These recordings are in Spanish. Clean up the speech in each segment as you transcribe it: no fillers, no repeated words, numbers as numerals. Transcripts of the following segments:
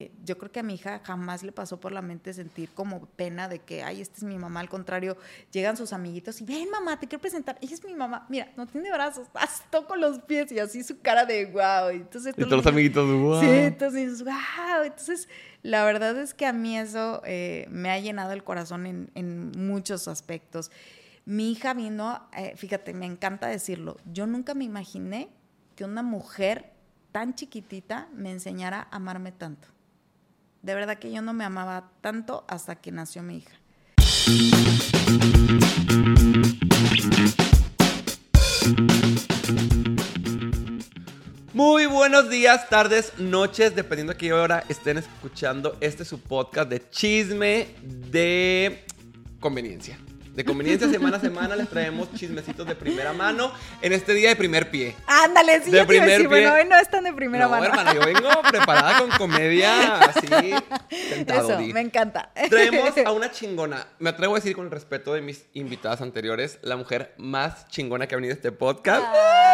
yo creo que a mi hija jamás le pasó por la mente sentir como pena de que, ay, esta es mi mamá. Al contrario, llegan sus amiguitos y ven, mamá, te quiero presentar. Ella es mi mamá. Mira, no tiene brazos, toco los pies y así su cara de wow. Entonces, y todos los amiguitos, wow. Sí, entonces, wow. Entonces, la verdad es que a mí eso me ha llenado el corazón en muchos aspectos. Mi hija vino, fíjate, me encanta decirlo, yo nunca me imaginé que una mujer tan chiquitita me enseñara a amarme tanto. De verdad que yo no me amaba tanto hasta que nació mi hija. Muy buenos días, tardes, noches, dependiendo de qué hora estén escuchando su podcast de chisme de conveniencia. De conveniencia, semana a semana les traemos chismecitos de primera mano en este día de primer pie. Ándale, sí, de yo te iba a primer decir, pie. bueno, hoy no están de primera mano. No, hermana, yo vengo preparada con comedia así, sentado. Eso, me encanta. Traemos a una chingona, me atrevo a decir con el respeto de mis invitadas anteriores, la mujer más chingona que ha venido a este podcast.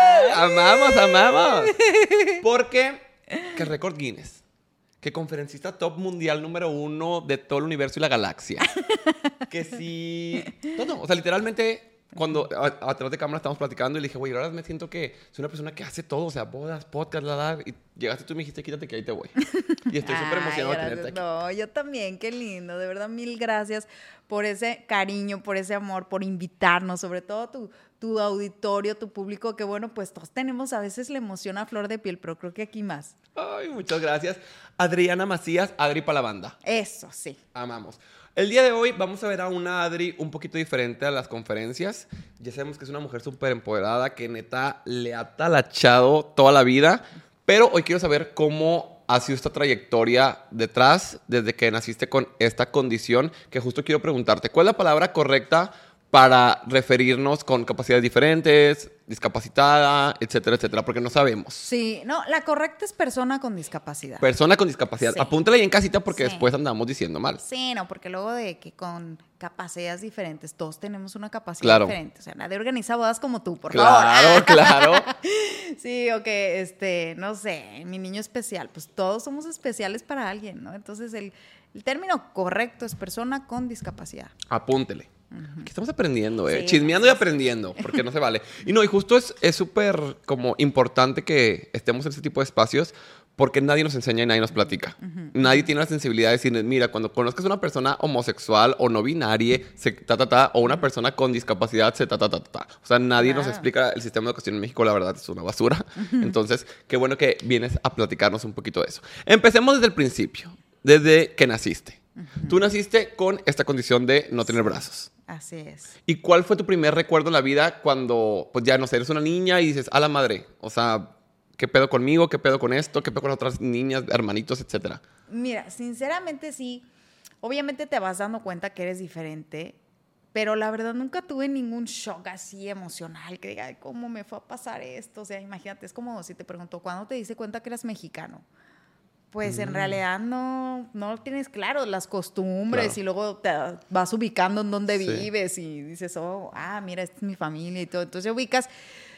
Amamos. Porque, que récord Guinness. Que conferencista top mundial número 1 de todo el universo y la galaxia. Que sí... Todo. O sea, literalmente, cuando a través de cámara estábamos platicando y le dije, güey, ahora me siento que soy una persona que hace todo. O sea, bodas, podcast, y llegaste tú y me dijiste, quítate que ahí te voy. Y estoy súper emocionado de tenerte aquí. No, yo también, qué lindo. De verdad, mil gracias por ese cariño, por ese amor, por invitarnos. Sobre todo tu auditorio, tu público, que bueno, pues todos tenemos a veces la emoción a flor de piel, pero creo que aquí más. Ay, muchas gracias. Adriana Macías, Adri para la banda. Eso, sí. Amamos. El día de hoy vamos a ver a una Adri un poquito diferente a las conferencias. Ya sabemos que es una mujer súper empoderada, que neta le ha talachado toda la vida. Pero hoy quiero saber cómo ha sido esta trayectoria detrás, desde que naciste con esta condición, que justo quiero preguntarte, ¿cuál es la palabra correcta para referirnos con capacidades diferentes, discapacitada, etcétera, etcétera? Porque no sabemos. Sí, no, la correcta es persona con discapacidad. Persona con discapacidad. Sí. Apúntale ahí en casita porque Sí. después andamos diciendo mal. Sí, no, porque luego de que con capacidades diferentes, todos tenemos una capacidad diferente. O sea, nadie organiza bodas como tú, por favor. Claro. Sí, o que, no sé, mi niño especial, pues todos somos especiales para alguien, ¿no? Entonces, el término correcto es persona con discapacidad. Apúntele. Uh-huh. ¿Qué estamos aprendiendo, Sí, chismeando y aprendiendo, porque no se vale. Y no, y justo es súper como importante que estemos en este tipo de espacios, porque nadie nos enseña y nadie nos platica. Uh-huh. Nadie tiene la sensibilidad de decir, mira, cuando conozcas a una persona homosexual o no binaria, o una persona con discapacidad, O sea, nadie nos explica el sistema de educación en México, la verdad, es una basura. Uh-huh. Entonces, qué bueno que vienes a platicarnos un poquito de eso. Empecemos desde el principio, desde que naciste. Uh-huh. Tú naciste con esta condición de no tener brazos. Así es. ¿Y cuál fue tu primer recuerdo en la vida cuando, pues ya no sé, eres una niña y dices, a la madre, o sea, ¿qué pedo conmigo? ¿Qué pedo con esto? ¿Qué pedo con otras niñas, hermanitos, etcétera? Mira, sinceramente sí, obviamente te vas dando cuenta que eres diferente, pero la verdad nunca tuve ningún shock así emocional que diga, ay, ¿cómo me fue a pasar esto? O sea, imagínate, es como si te pregunto, ¿cuándo te diste cuenta que eras mexicano? Pues en realidad no tienes claro las costumbres, claro. Y luego te vas ubicando en dónde vives y dices, mira, esta es mi familia y todo. Entonces ubicas.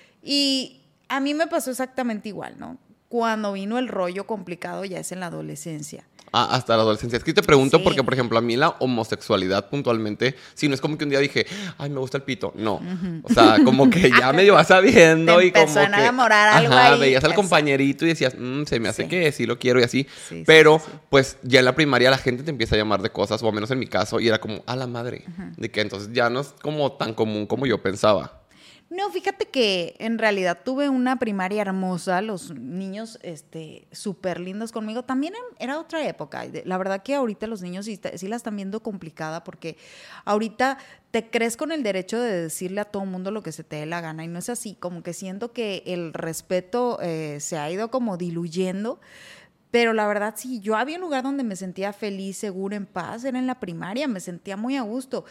Y a mí me pasó exactamente igual, ¿no? Cuando vino el rollo complicado ya es en la adolescencia. Hasta la adolescencia. Es que te pregunto porque, por ejemplo, a mí la homosexualidad puntualmente, sí, no es como que un día dije, ay, me gusta el pito. No. Uh-huh. O sea, como que ya medio vas sabiendo te y como empezó a enamorar algo ahí. Veías al compañerito y decías, se me hace que sí lo quiero y así. Sí, pero, pues, ya en la primaria la gente te empieza a llamar de cosas, o al menos en mi caso, y era como, a la madre. Uh-huh. De que entonces ya no es como tan común como yo pensaba. No, fíjate que en realidad tuve una primaria hermosa, los niños súper lindos conmigo. También era otra época. La verdad que ahorita los niños sí la están viendo complicada porque ahorita te crees con el derecho de decirle a todo el mundo lo que se te dé la gana y no es así. Como que siento que el respeto se ha ido como diluyendo. Pero la verdad, sí, yo había un lugar donde me sentía feliz, segura, en paz. Era en la primaria, me sentía muy a gusto.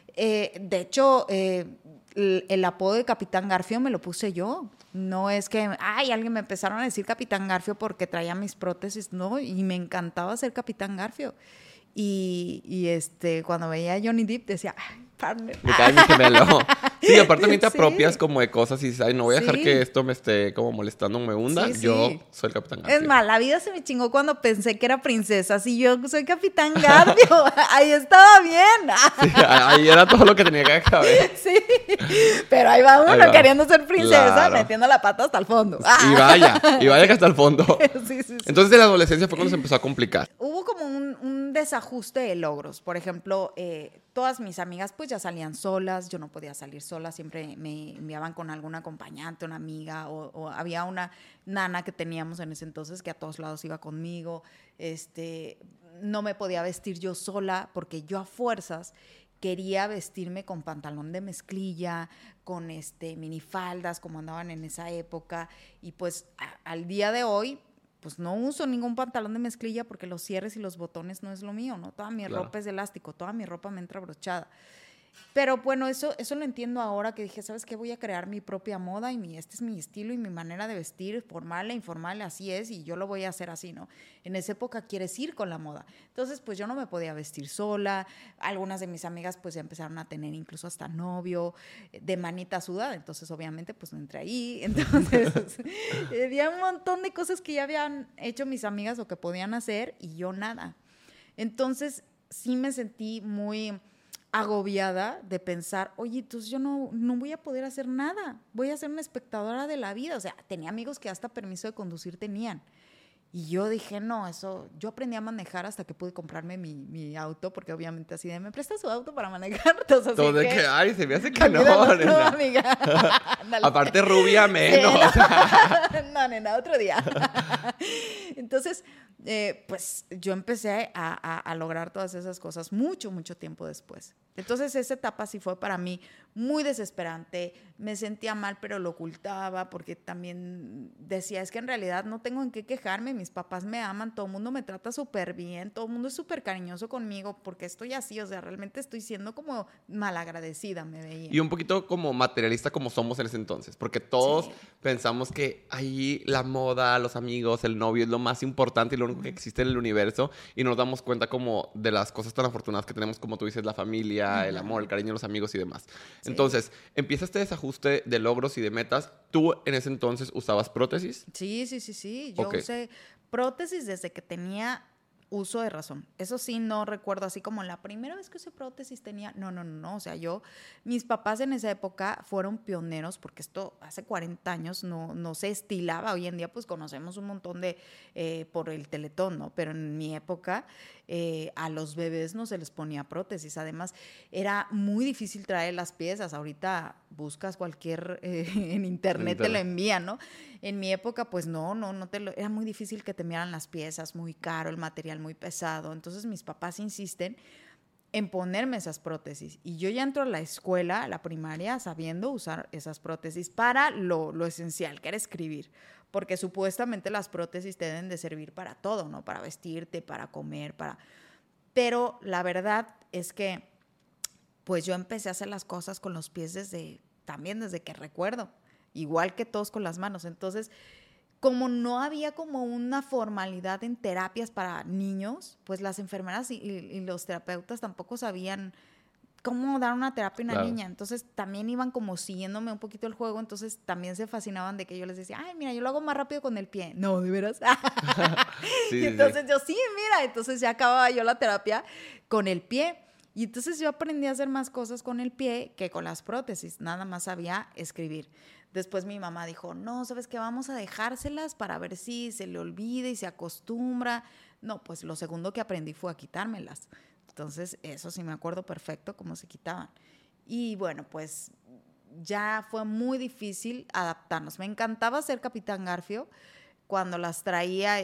De hecho, el apodo de Capitán Garfio me lo puse yo. No es que, alguien me empezaron a decir Capitán Garfio porque traía mis prótesis, no, y me encantaba ser Capitán Garfio. Cuando veía a Johnny Depp decía, ay, partner. Me cae mi gemelo. Sí, aparte también te Sí. apropias como de cosas y dices, ay, no voy a dejar Sí. que esto me esté como molestando, me hunda. Sí, sí. Yo soy el Capitán Garfio. Es más, la vida se me chingó cuando pensé que era princesa. Si yo soy Capitán Garfio, ahí estaba bien. Sí, ahí era todo lo que tenía que caber. Sí, pero ahí va uno Ahí va. queriendo ser princesa, Claro. metiendo la pata hasta el fondo. Y vaya que hasta el fondo. Sí, sí, sí. Entonces, en la adolescencia fue cuando se empezó a complicar. Hubo como un desajuste de logros. Por ejemplo, todas mis amigas pues ya salían solas, yo no podía salir sola, siempre me enviaban con algún acompañante, una amiga, o había una nana que teníamos en ese entonces que a todos lados iba conmigo. No me podía vestir yo sola porque yo a fuerzas quería vestirme con pantalón de mezclilla, con minifaldas como andaban en esa época, y pues al día de hoy pues no uso ningún pantalón de mezclilla porque los cierres y los botones no es lo mío, ¿no? Toda mi ropa es de elástico, toda mi ropa me entra brochada. Pero bueno, eso lo entiendo ahora que dije, ¿sabes qué? Voy a crear mi propia moda y este es mi estilo y mi manera de vestir, formal e informal, así es, y yo lo voy a hacer así, ¿no? En esa época quieres ir con la moda. Entonces, pues yo no me podía vestir sola. Algunas de mis amigas pues ya empezaron a tener incluso hasta novio, de manita sudada. Entonces, obviamente, pues no entré ahí. Entonces, había un montón de cosas que ya habían hecho mis amigas o que podían hacer y yo nada. Entonces, sí me sentí muy agobiada de pensar, oye, entonces yo no voy a poder hacer nada, voy a ser una espectadora de la vida. O sea, tenía amigos que hasta permiso de conducir tenían. Y yo dije, no, yo aprendí a manejar hasta que pude comprarme mi auto, porque obviamente así de, ¿me prestas su auto para manejar? Entonces, Todo de que, ay, se me hace que no, no, nena. amiga. Aparte rubia menos. No, nena, otro día. Entonces, pues yo empecé a lograr todas esas cosas mucho, mucho tiempo después. Entonces, esa etapa sí fue para mí muy desesperante. Me sentía mal, pero lo ocultaba porque también decía, es que en realidad no tengo en qué quejarme. Mis papás me aman, todo el mundo me trata súper bien, todo el mundo es súper cariñoso conmigo porque estoy así, o sea, realmente estoy siendo como malagradecida, me veía. Y un poquito como materialista como somos en ese entonces, porque todos Sí. pensamos que ahí la moda, los amigos, el novio es lo más importante y lo único que existe en el universo, y nos damos cuenta como de las cosas tan afortunadas que tenemos, como tú dices, la familia, el amor, el cariño, los amigos y demás. Sí. Entonces, empieza este desajuste de logros y de metas. ¿Tú en ese entonces usabas prótesis? Sí. Yo Ok. usé prótesis desde que tenía uso de razón. Eso sí, no recuerdo así como la primera vez que usé prótesis tenía... No. O sea, mis papás en esa época fueron pioneros porque esto hace 40 años no se estilaba. Hoy en día pues conocemos un montón por el Teletón, ¿no? Pero en mi época a los bebés no se les ponía prótesis. Además, era muy difícil traer las piezas. Ahorita buscas cualquier... en internet te lo envían, ¿no? En mi época, pues era muy difícil que te enviaran las piezas, muy caro, el material muy pesado. Entonces, mis papás insisten en ponerme esas prótesis. Y yo ya entro a la escuela, a la primaria, sabiendo usar esas prótesis para lo esencial, que era escribir. Porque supuestamente las prótesis te deben de servir para todo, ¿no? Para vestirte, para comer, Pero la verdad es que, pues yo empecé a hacer las cosas con los pies desde que recuerdo. Igual que todos con las manos. Entonces, como no había como una formalidad en terapias para niños, pues las enfermeras y los terapeutas tampoco sabían cómo dar una terapia a una niña. Entonces, también iban como siguiéndome un poquito el juego. Entonces, también se fascinaban de que yo les decía, ay, mira, yo lo hago más rápido con el pie. No, ¿de veras? Sí, entonces, yo, sí, mira. Entonces, ya acababa yo la terapia con el pie. Y entonces yo aprendí a hacer más cosas con el pie que con las prótesis. Nada más sabía escribir. Después mi mamá dijo, no, ¿sabes qué? Vamos a dejárselas para ver si se le olvida y se acostumbra. No, pues lo segundo que aprendí fue a quitármelas. Entonces, eso sí me acuerdo perfecto cómo se quitaban. Y bueno, pues ya fue muy difícil adaptarnos. Me encantaba ser Capitán Garfio. Cuando las traía,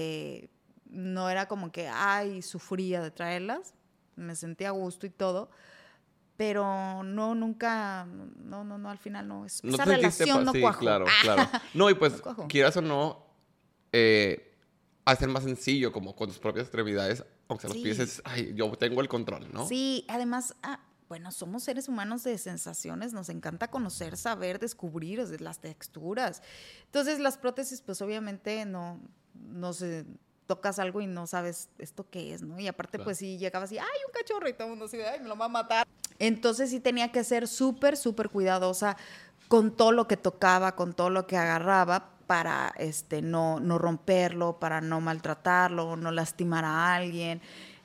no era como que, ay, sufría de traerlas. Me sentía a gusto y todo, pero nunca, al final no, esa relación no cuajó. Claro. No, y pues, no quieras o no, hacer más sencillo, como con tus propias extremidades, aunque se los pies, ay, yo tengo el control, ¿no? Sí, además, bueno, somos seres humanos de sensaciones, nos encanta conocer, saber, descubrir las texturas. Entonces, las prótesis, pues obviamente no se tocas algo y no sabes esto qué es, ¿no? Y aparte, pues sí, llegaba así, ¡ay, un cachorro! Y todo el mundo así, ¡ay, me lo va a matar! Entonces sí tenía que ser súper, súper cuidadosa con todo lo que tocaba, con todo lo que agarraba para no romperlo, para no maltratarlo, no lastimar a alguien.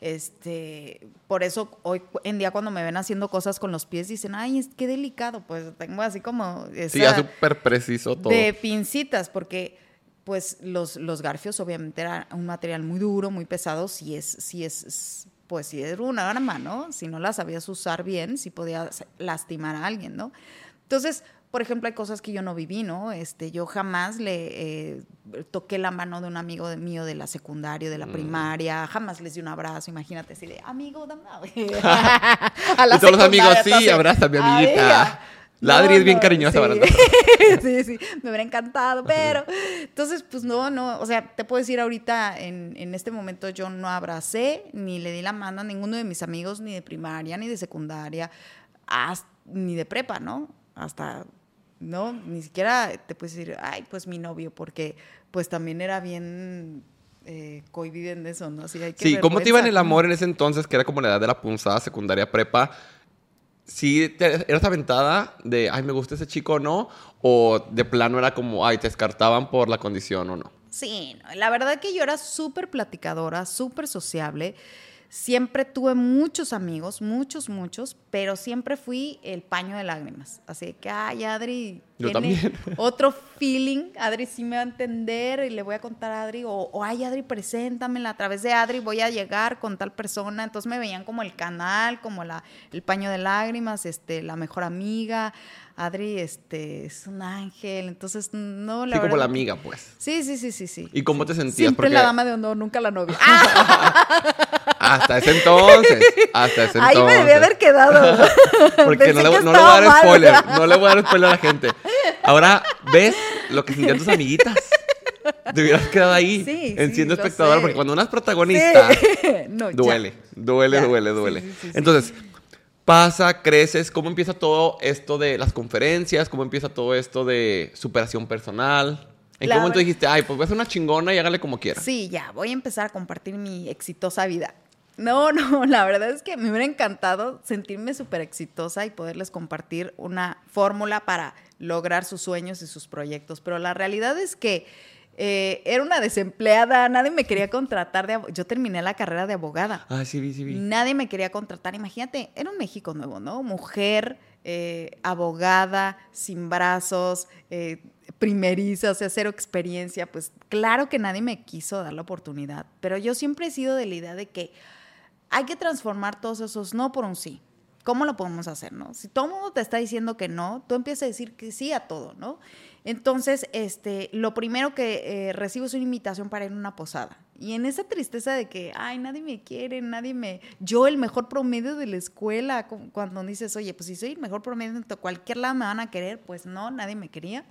Por eso hoy en día cuando me ven haciendo cosas con los pies dicen, ay, qué delicado, pues tengo así como Sí, ya súper preciso todo. de pincitas, porque pues los garfios obviamente era un material muy duro, muy pesado, pues si era un arma, ¿no? Si no la sabías usar bien, si podías lastimar a alguien, ¿no? Entonces, por ejemplo, hay cosas que yo no viví, ¿no? Yo jamás le toqué la mano de un amigo mío de la secundaria, de la primaria, jamás les di un abrazo, imagínate, así de, amigo, dame a la y todos los amigos, sí, entonces, abraza a mi amiguita. La Adri es bien cariñosa, sí. ¿verdad? Sí, me hubiera encantado, pero entonces, pues no, o sea, te puedo decir ahorita, en este momento yo no abracé, ni le di la mano a ninguno de mis amigos, ni de primaria, ni de secundaria, ni de prepa, ¿no? Hasta, no, ni siquiera te puedes decir, ay, pues mi novio, porque pues también era bien cohibido en eso, ¿no? Así, hay que Sí, ¿cómo te iba en el vergüenza, amor en ese entonces, que era como la edad de la punzada, secundaria, prepa? ¿Sí eras aventada de, ay, me gusta ese chico o no? ¿O de plano era como, ay, te descartaban por la condición o no? Sí, no, la verdad que yo era súper platicadora, súper sociable. Siempre tuve muchos amigos, muchos, pero siempre fui el paño de lágrimas. Así que, ay, Adri Yo tiene también. otro feeling. Adri sí me va a entender y le voy a contar a Adri. O ay, Adri, preséntamela. A través de Adri voy a llegar con tal persona. Entonces me veían como el canal, como el paño de lágrimas, la mejor amiga. Adri, es un ángel. Entonces, no, la Sí, verdad. como la amiga, pues. Sí. ¿Y cómo te sentías? Siempre Porque la dama de honor, nunca la novia. hasta ese entonces. Ahí me debí haber quedado. Porque no le voy a dar spoiler. No le voy a dar spoiler a la gente. Ahora, ¿ves lo que sentían tus amiguitas? Te hubieras quedado ahí, siendo espectadora. Porque cuando una es protagonista, no, duele. Sí. Entonces, pasa, creces. ¿Cómo empieza todo esto de las conferencias? ¿Cómo empieza todo esto de superación personal? ¿En qué momento dijiste, ay, pues voy a ser una chingona y hágale como quiera? Sí, ya, voy a empezar a compartir mi exitosa vida. No, la verdad es que me hubiera encantado sentirme súper exitosa y poderles compartir una fórmula para lograr sus sueños y sus proyectos. Pero la realidad es que era una desempleada, nadie me quería contratar. Yo terminé la carrera de abogada. Ah, sí vi. Nadie me quería contratar. Imagínate, era un México nuevo, ¿no? Mujer, abogada, sin brazos, primeriza, o sea, cero experiencia. Pues claro que nadie me quiso dar la oportunidad. Pero yo siempre he sido de la idea de que hay que transformar todos esos no por un sí. ¿Cómo lo podemos hacer, no? Si todo el mundo te está diciendo que no, tú empiezas a decir que sí a todo, ¿no? Entonces, lo primero que recibo es una invitación para ir a una posada. Y en esa tristeza de que, ay, nadie me quiere, yo el mejor promedio de la escuela, cuando dices, oye, pues si soy el mejor promedio de cualquier lado me van a querer, pues no, nadie me quería.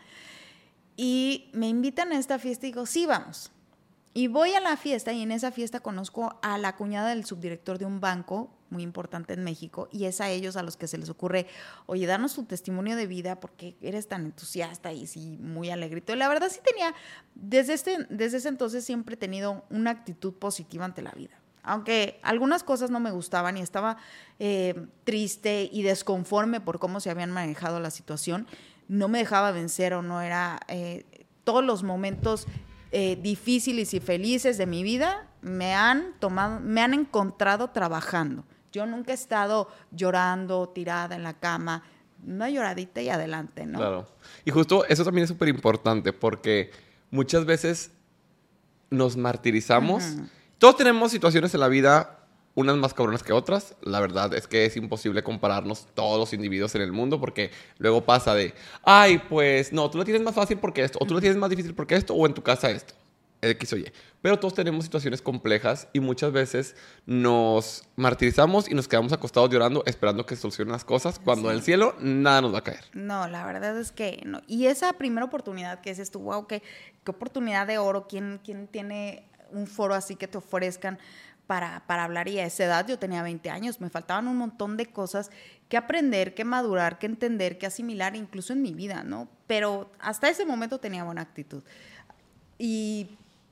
Y me invitan a esta fiesta y digo, sí, vamos. Y voy a la fiesta y en esa fiesta conozco a la cuñada del subdirector de un banco muy importante en México y es a ellos a los que se les ocurre, oye, danos tu testimonio de vida porque eres tan entusiasta y sí, muy alegrito. Y la verdad sí tenía, desde ese entonces siempre he tenido una actitud positiva ante la vida. Aunque algunas cosas no me gustaban y estaba triste y desconforme por cómo se habían manejado la situación, no me dejaba vencer o no era todos los momentos difíciles y felices de mi vida me han encontrado trabajando. Yo nunca he estado llorando, tirada en la cama, una lloradita y adelante, ¿no? Claro. Y justo eso también es súper importante porque muchas veces nos martirizamos. Uh-huh. Todos tenemos situaciones en la vida, unas más cabronas que otras. La verdad es que es imposible compararnos todos los individuos en el mundo porque luego pasa de, ay, pues no, tú lo tienes más fácil porque esto, o tú lo tienes más difícil porque esto, o en tu casa esto. X o Y. Pero todos tenemos situaciones complejas y muchas veces nos martirizamos y nos quedamos acostados llorando esperando que se solucionen las cosas cuando en el cielo nada nos va a caer. No, la verdad es que no. Y esa primera oportunidad que dices tú, wow, qué oportunidad de oro, ¿quién tiene un foro así que te ofrezcan para hablar? Y a esa edad yo tenía 20 años, me faltaban un montón de cosas que aprender, que madurar, que entender, que asimilar, incluso en mi vida, ¿no? Pero hasta ese momento tenía buena actitud. Y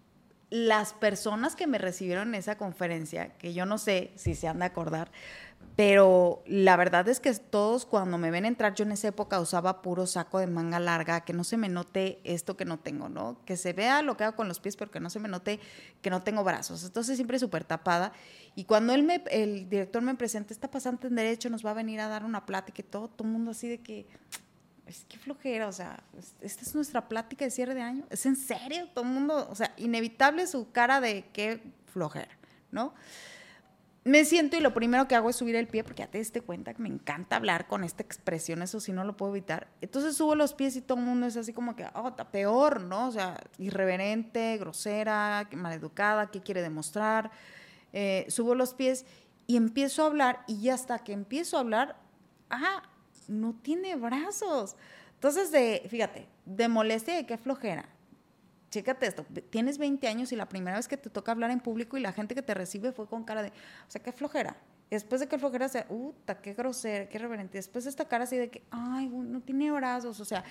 las personas que me recibieron en esa conferencia, que yo no sé si se han de acordar, pero la verdad es que todos cuando me ven entrar, yo en esa época usaba puro saco de manga larga, que no se me note esto que no tengo, ¿no? Que se vea lo que hago con los pies, pero que no se me note que no tengo brazos. Entonces siempre súper tapada. Y cuando el director me presenta, esta pasante en Derecho nos va a venir a dar una plática y todo el mundo así de que, es que flojera, o sea, esta es nuestra plática de cierre de año. ¿Es en serio? Todo el mundo, o sea, inevitable su cara de qué flojera, ¿no? Me siento y lo primero que hago es subir el pie porque ya te diste cuenta que me encanta hablar con esta expresión, eso sí no lo puedo evitar. Entonces subo los pies y todo el mundo es así como que, está peor, ¿no? O sea, irreverente, grosera, maleducada, ¿qué quiere demostrar? Subo los pies y empiezo a hablar y ya hasta que empiezo a hablar, no tiene brazos. Entonces, fíjate, de molestia de qué flojera. Chécate esto, tienes 20 años y la primera vez que te toca hablar en público y la gente que te recibe fue con cara de, o sea, qué flojera. Y después de qué flojera, qué grosera, qué reverente. Después esta cara así de que, no tiene brazos. O sea,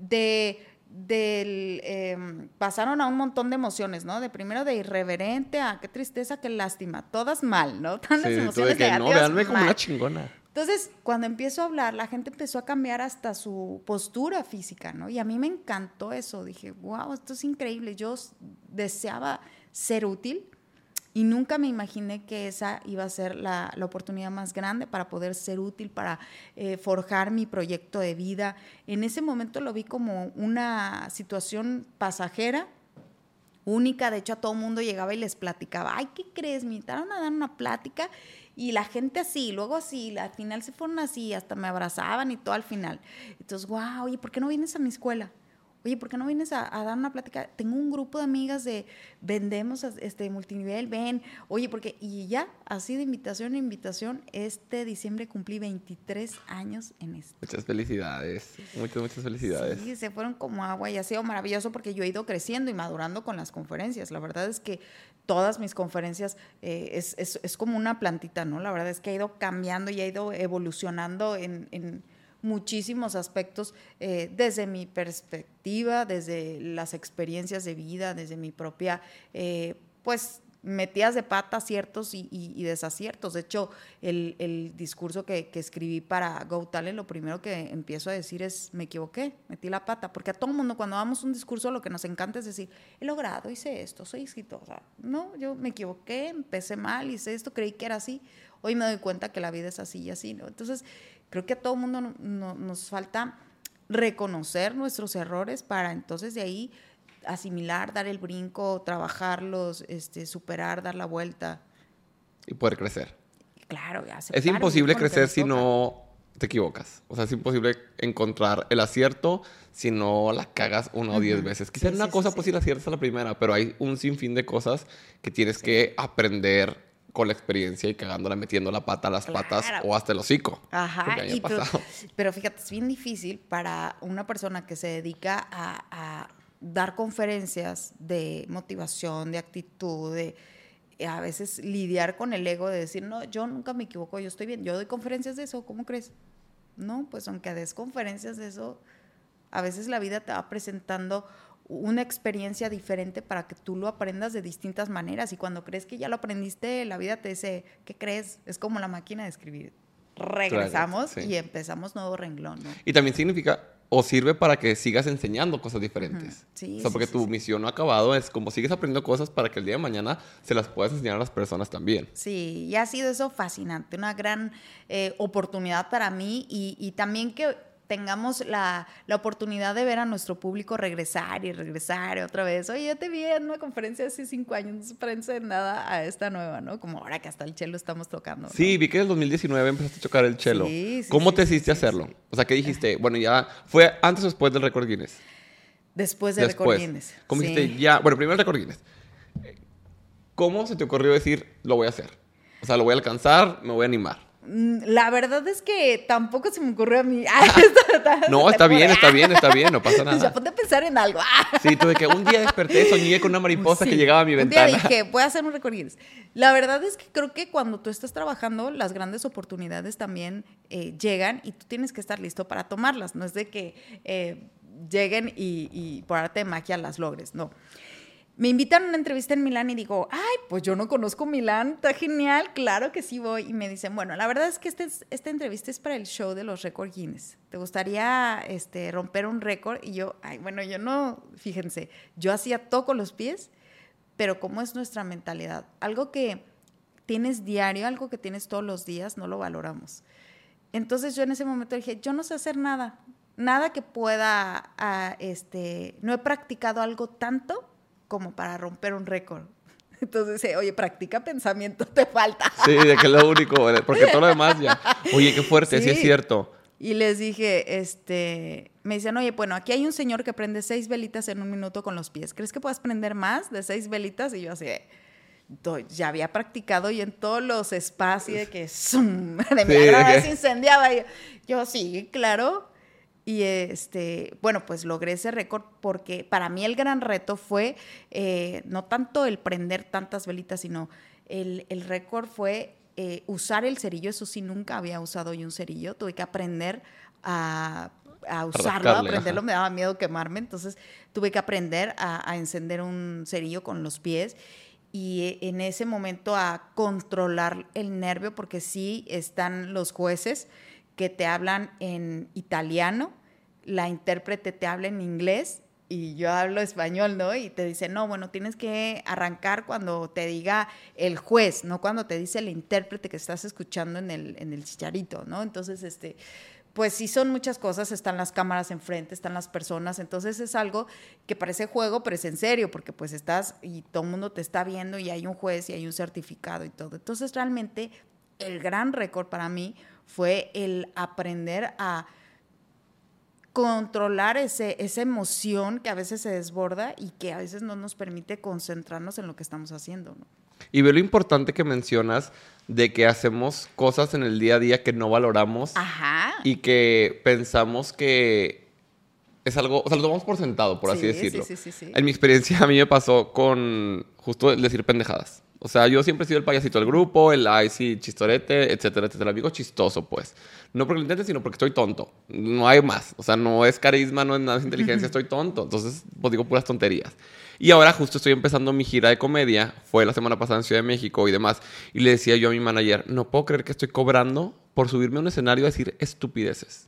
pasaron a un montón de emociones, ¿no? De primero de irreverente a qué tristeza, qué lástima. Todas mal, ¿no? Todas las emociones de que no, veanme como una chingona. Entonces, cuando empiezo a hablar, la gente empezó a cambiar hasta su postura física, ¿no? Y a mí me encantó eso. Dije, wow, esto es increíble. Yo deseaba ser útil y nunca me imaginé que esa iba a ser la oportunidad más grande para poder ser útil, para forjar mi proyecto de vida. En ese momento lo vi como una situación pasajera, única. De hecho, a todo mundo llegaba y les platicaba, ¿qué crees? Me invitaron a dar una plática y la gente así, luego así, al final se fueron así, hasta me abrazaban y todo al final. Entonces, wow, oye, ¿por qué no vienes a mi escuela? Oye, ¿por qué no vienes a dar una plática? Tengo un grupo de amigas vendemos multinivel, ven. Oye, porque, y ya, así de invitación en invitación, este diciembre cumplí 23 años en esto. Muchas felicidades, muchas felicidades. Sí, se fueron como agua y ha sido maravilloso porque yo he ido creciendo y madurando con las conferencias. La verdad es que todas mis conferencias es como una plantita, ¿no? La verdad es que ha ido cambiando y ha ido evolucionando en muchísimos aspectos, desde mi perspectiva, desde las experiencias de vida, desde mi propia, metidas de pata, aciertos y desaciertos. De hecho, el discurso que escribí para Go Talent, lo primero que empiezo a decir es, me equivoqué, metí la pata, porque a todo mundo cuando damos un discurso lo que nos encanta es decir, he logrado, hice esto, soy exitosa. No, yo me equivoqué, empecé mal, hice esto, creí que era así. Hoy me doy cuenta que la vida es así y así, ¿no? Entonces, creo que a todo mundo nos falta reconocer nuestros errores para entonces de ahí asimilar, dar el brinco, trabajarlos, superar, dar la vuelta. Y poder crecer. Claro, es imposible crecer si no te equivocas. O sea, es imposible encontrar el acierto si no la cagas 1 o 10 veces. Quizás una cosa, pues sí la aciertas a la primera, pero hay un sinfín de cosas que tienes que aprender con la experiencia y cagándola, metiendo la pata a las patas o hasta el hocico. Ajá, pero fíjate, es bien difícil para una persona que se dedica a dar conferencias de motivación, de actitud, a veces lidiar con el ego de decir, no, yo nunca me equivoco, yo estoy bien, yo doy conferencias de eso, ¿cómo crees? No, pues aunque des conferencias de eso, a veces la vida te va presentando una experiencia diferente para que tú lo aprendas de distintas maneras, y cuando crees que ya lo aprendiste, la vida te dice, ¿qué crees? Es como la máquina de escribir. Regresamos y empezamos nuevo renglón, ¿no? Y también significa o sirve para que sigas enseñando cosas diferentes. Sí, o sea, porque tu misión no ha acabado, es como sigues aprendiendo cosas para que el día de mañana se las puedas enseñar a las personas también. Sí, y ha sido eso fascinante, una gran oportunidad para mí, y también que tengamos la oportunidad de ver a nuestro público regresar y otra vez. Oye, yo te vi en una conferencia hace 5 años, no se parece nada a esta nueva, ¿no? Como ahora que hasta el cello estamos tocando, ¿no? Sí, vi que en el 2019 empezaste a tocar el cello. ¿Cómo te hiciste hacerlo? O sea, ¿qué dijiste? Bueno, ya, ¿fue antes o después del récord Guinness? Después del récord Guinness. ¿Cómo dijiste ya? Bueno, primero el récord Guinness. ¿Cómo se te ocurrió decir, lo voy a hacer? O sea, lo voy a alcanzar, me voy a animar. La verdad es que tampoco se me ocurrió a mí. No, está bien, no pasa nada. Ya ponte a pensar en algo. Sí, tú de que un día desperté, soñé con una mariposa que llegaba a mi ventana. Un día dije, voy a hacer un récord Guinness. La verdad es que creo que cuando tú estás trabajando, las grandes oportunidades también llegan y tú tienes que estar listo para tomarlas. No es de que lleguen y por arte de magia las logres, no. Me invitan a una entrevista en Milán y digo, ay, pues yo no conozco Milán, está genial, claro que sí voy. Y me dicen, bueno, la verdad es que esta entrevista es para el show de los récords Guinness. ¿Te gustaría romper un récord? Y yo, ay, bueno, yo no, fíjense, yo hacía todo con los pies, pero ¿cómo es nuestra mentalidad? Algo que tienes diario, algo que tienes todos los días, no lo valoramos. Entonces yo en ese momento dije, yo no sé hacer nada que pueda, no he practicado algo tanto como para romper un récord. Entonces, oye, practica pensamiento, te falta. Sí, de que es lo único, porque todo lo demás ya. Oye, qué fuerte, sí es cierto. Y les dije, me decían, oye, bueno, aquí hay un señor que prende 6 velitas en 1 minuto con los pies. ¿Crees que puedas prender más de 6 velitas? Y yo así, ya había practicado y en todos los espacios de que de mi agrado se incendiaba. Y yo, sí, claro. Y bueno, pues logré ese récord porque para mí el gran reto fue no tanto el prender tantas velitas, sino el récord fue usar el cerillo. Eso sí, nunca había usado yo un cerillo. Tuve que aprender a usarlo, a aprenderlo. Me daba miedo quemarme, entonces tuve que aprender a encender un cerillo con los pies. Y en ese momento a controlar el nervio, porque sí están los jueces que te hablan en italiano, la intérprete te habla en inglés y yo hablo español, ¿no? Y te dice, no, bueno, tienes que arrancar cuando te diga el juez, no cuando te dice el intérprete que estás escuchando en el chicharito, ¿no? Entonces, pues sí son muchas cosas, están las cámaras enfrente, están las personas, entonces es algo que parece juego, pero es en serio, porque pues estás y todo el mundo te está viendo y hay un juez y hay un certificado y todo. Entonces realmente el gran récord para mí fue el aprender a controlar esa emoción que a veces se desborda y que a veces no nos permite concentrarnos en lo que estamos haciendo, ¿no? Y ve lo importante que mencionas de que hacemos cosas en el día a día que no valoramos. Ajá. Y que pensamos que es algo, o sea, lo tomamos por sentado, por así decirlo. Sí. En mi experiencia a mí me pasó con justo el decir pendejadas. O sea, yo siempre he sido el payasito del grupo, el ay sí, chistorete, etcétera, etcétera. Amigo chistoso, pues. No porque lo intente, sino porque estoy tonto. No hay más. O sea, no es carisma, no es nada, es inteligencia, estoy tonto. Entonces, pues digo puras tonterías. Y ahora justo estoy empezando mi gira de comedia. Fue la semana pasada en Ciudad de México y demás. Y le decía yo a mi manager, no puedo creer que estoy cobrando por subirme a un escenario a decir estupideces.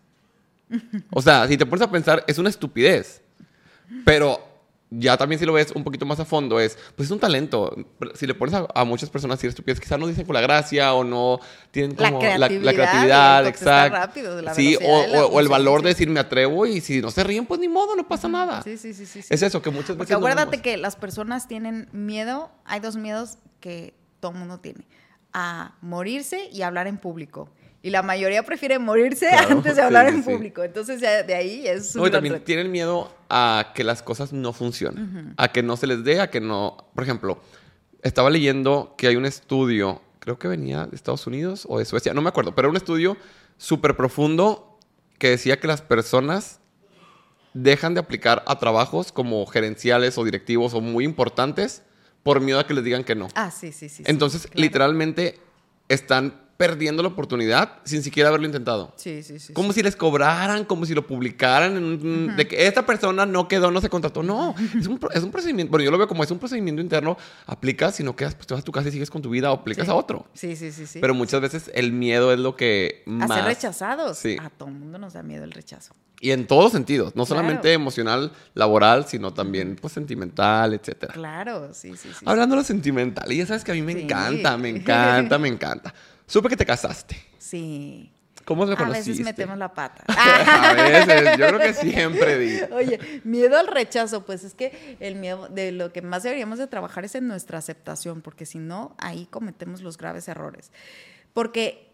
O sea, si te pones a pensar, es una estupidez. Pero ya también si lo ves un poquito más a fondo es un talento. Si le pones a muchas personas decir estupidez, quizás no dicen con la gracia o no tienen como la creatividad, exacto. Rápido, de la sí, o el valor de decir me atrevo y si no se ríen, pues ni modo, no pasa nada. Sí. Es eso, que muchas veces porque acuérdate que las personas tienen miedo, hay 2 miedos que todo mundo tiene, a morirse y a hablar en público. Y la mayoría prefiere morirse antes de hablar en público. Entonces, ya de ahí es un no, y también tienen miedo a que las cosas no funcionen. A que no se les dé, a que no... Por ejemplo, estaba leyendo que hay un estudio, creo que venía de Estados Unidos o de Suecia, no me acuerdo, pero un estudio súper profundo que decía que las personas dejan de aplicar a trabajos como gerenciales o directivos o muy importantes por miedo a que les digan que no. Sí. Entonces, claro. literalmente están perdiendo la oportunidad sin siquiera haberlo intentado. Sí. Como si les cobraran, como si lo publicaran, de que esta persona no quedó, no se contrató. No, es un procedimiento. Bueno, yo lo veo como es un procedimiento interno. Aplicas, si no quedas, pues te vas a tu casa y sigues con tu vida o aplicas a otro. Sí. Pero muchas veces el miedo es lo que más... A ser rechazados. Sí. A todo el mundo nos da miedo el rechazo. Y en todos sentidos. No solamente emocional, laboral, sino también pues sentimental, etcétera. Claro, sí. Hablando de lo sentimental, y ya sabes que a mí me encanta. Supe que te casaste. Sí. ¿Cómo lo conociste? A veces metemos la pata. A veces, yo creo que siempre digo. Oye, miedo al rechazo, pues es que el miedo de lo que más deberíamos de trabajar es en nuestra aceptación, porque si no, ahí cometemos los graves errores. Porque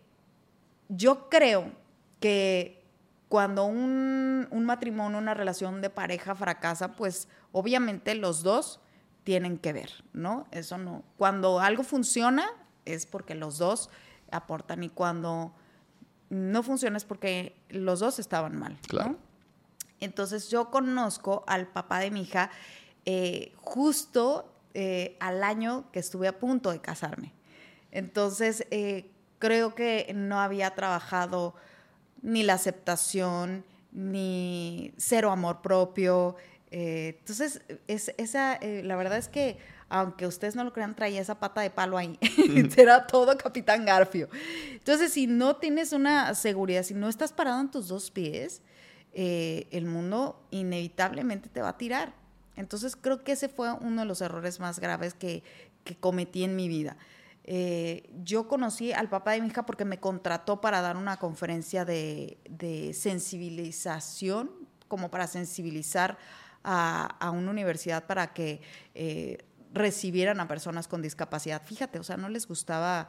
yo creo que cuando un matrimonio, una relación de pareja fracasa, pues obviamente los dos tienen que ver, ¿no? Eso no. Cuando algo funciona es porque los dos aportan y cuando no funciona es porque los dos estaban mal, ¿no? Claro. Entonces yo conozco al papá de mi hija justo al año que estuve a punto de casarme. Entonces creo que no había trabajado ni la aceptación, ni cero amor propio, Entonces, la verdad es que, aunque ustedes no lo crean, traía esa pata de palo ahí. Era todo Capitán Garfio. Entonces, si no tienes una seguridad, si no estás parado en tus dos pies, el mundo inevitablemente te va a tirar. Entonces, creo que ese fue uno de los errores más graves que cometí en mi vida. Yo conocí al papá de mi hija porque me contrató para dar una conferencia de sensibilización, como para sensibilizar a una universidad para que recibieran a personas con discapacidad. Fíjate, o sea, no les gustaba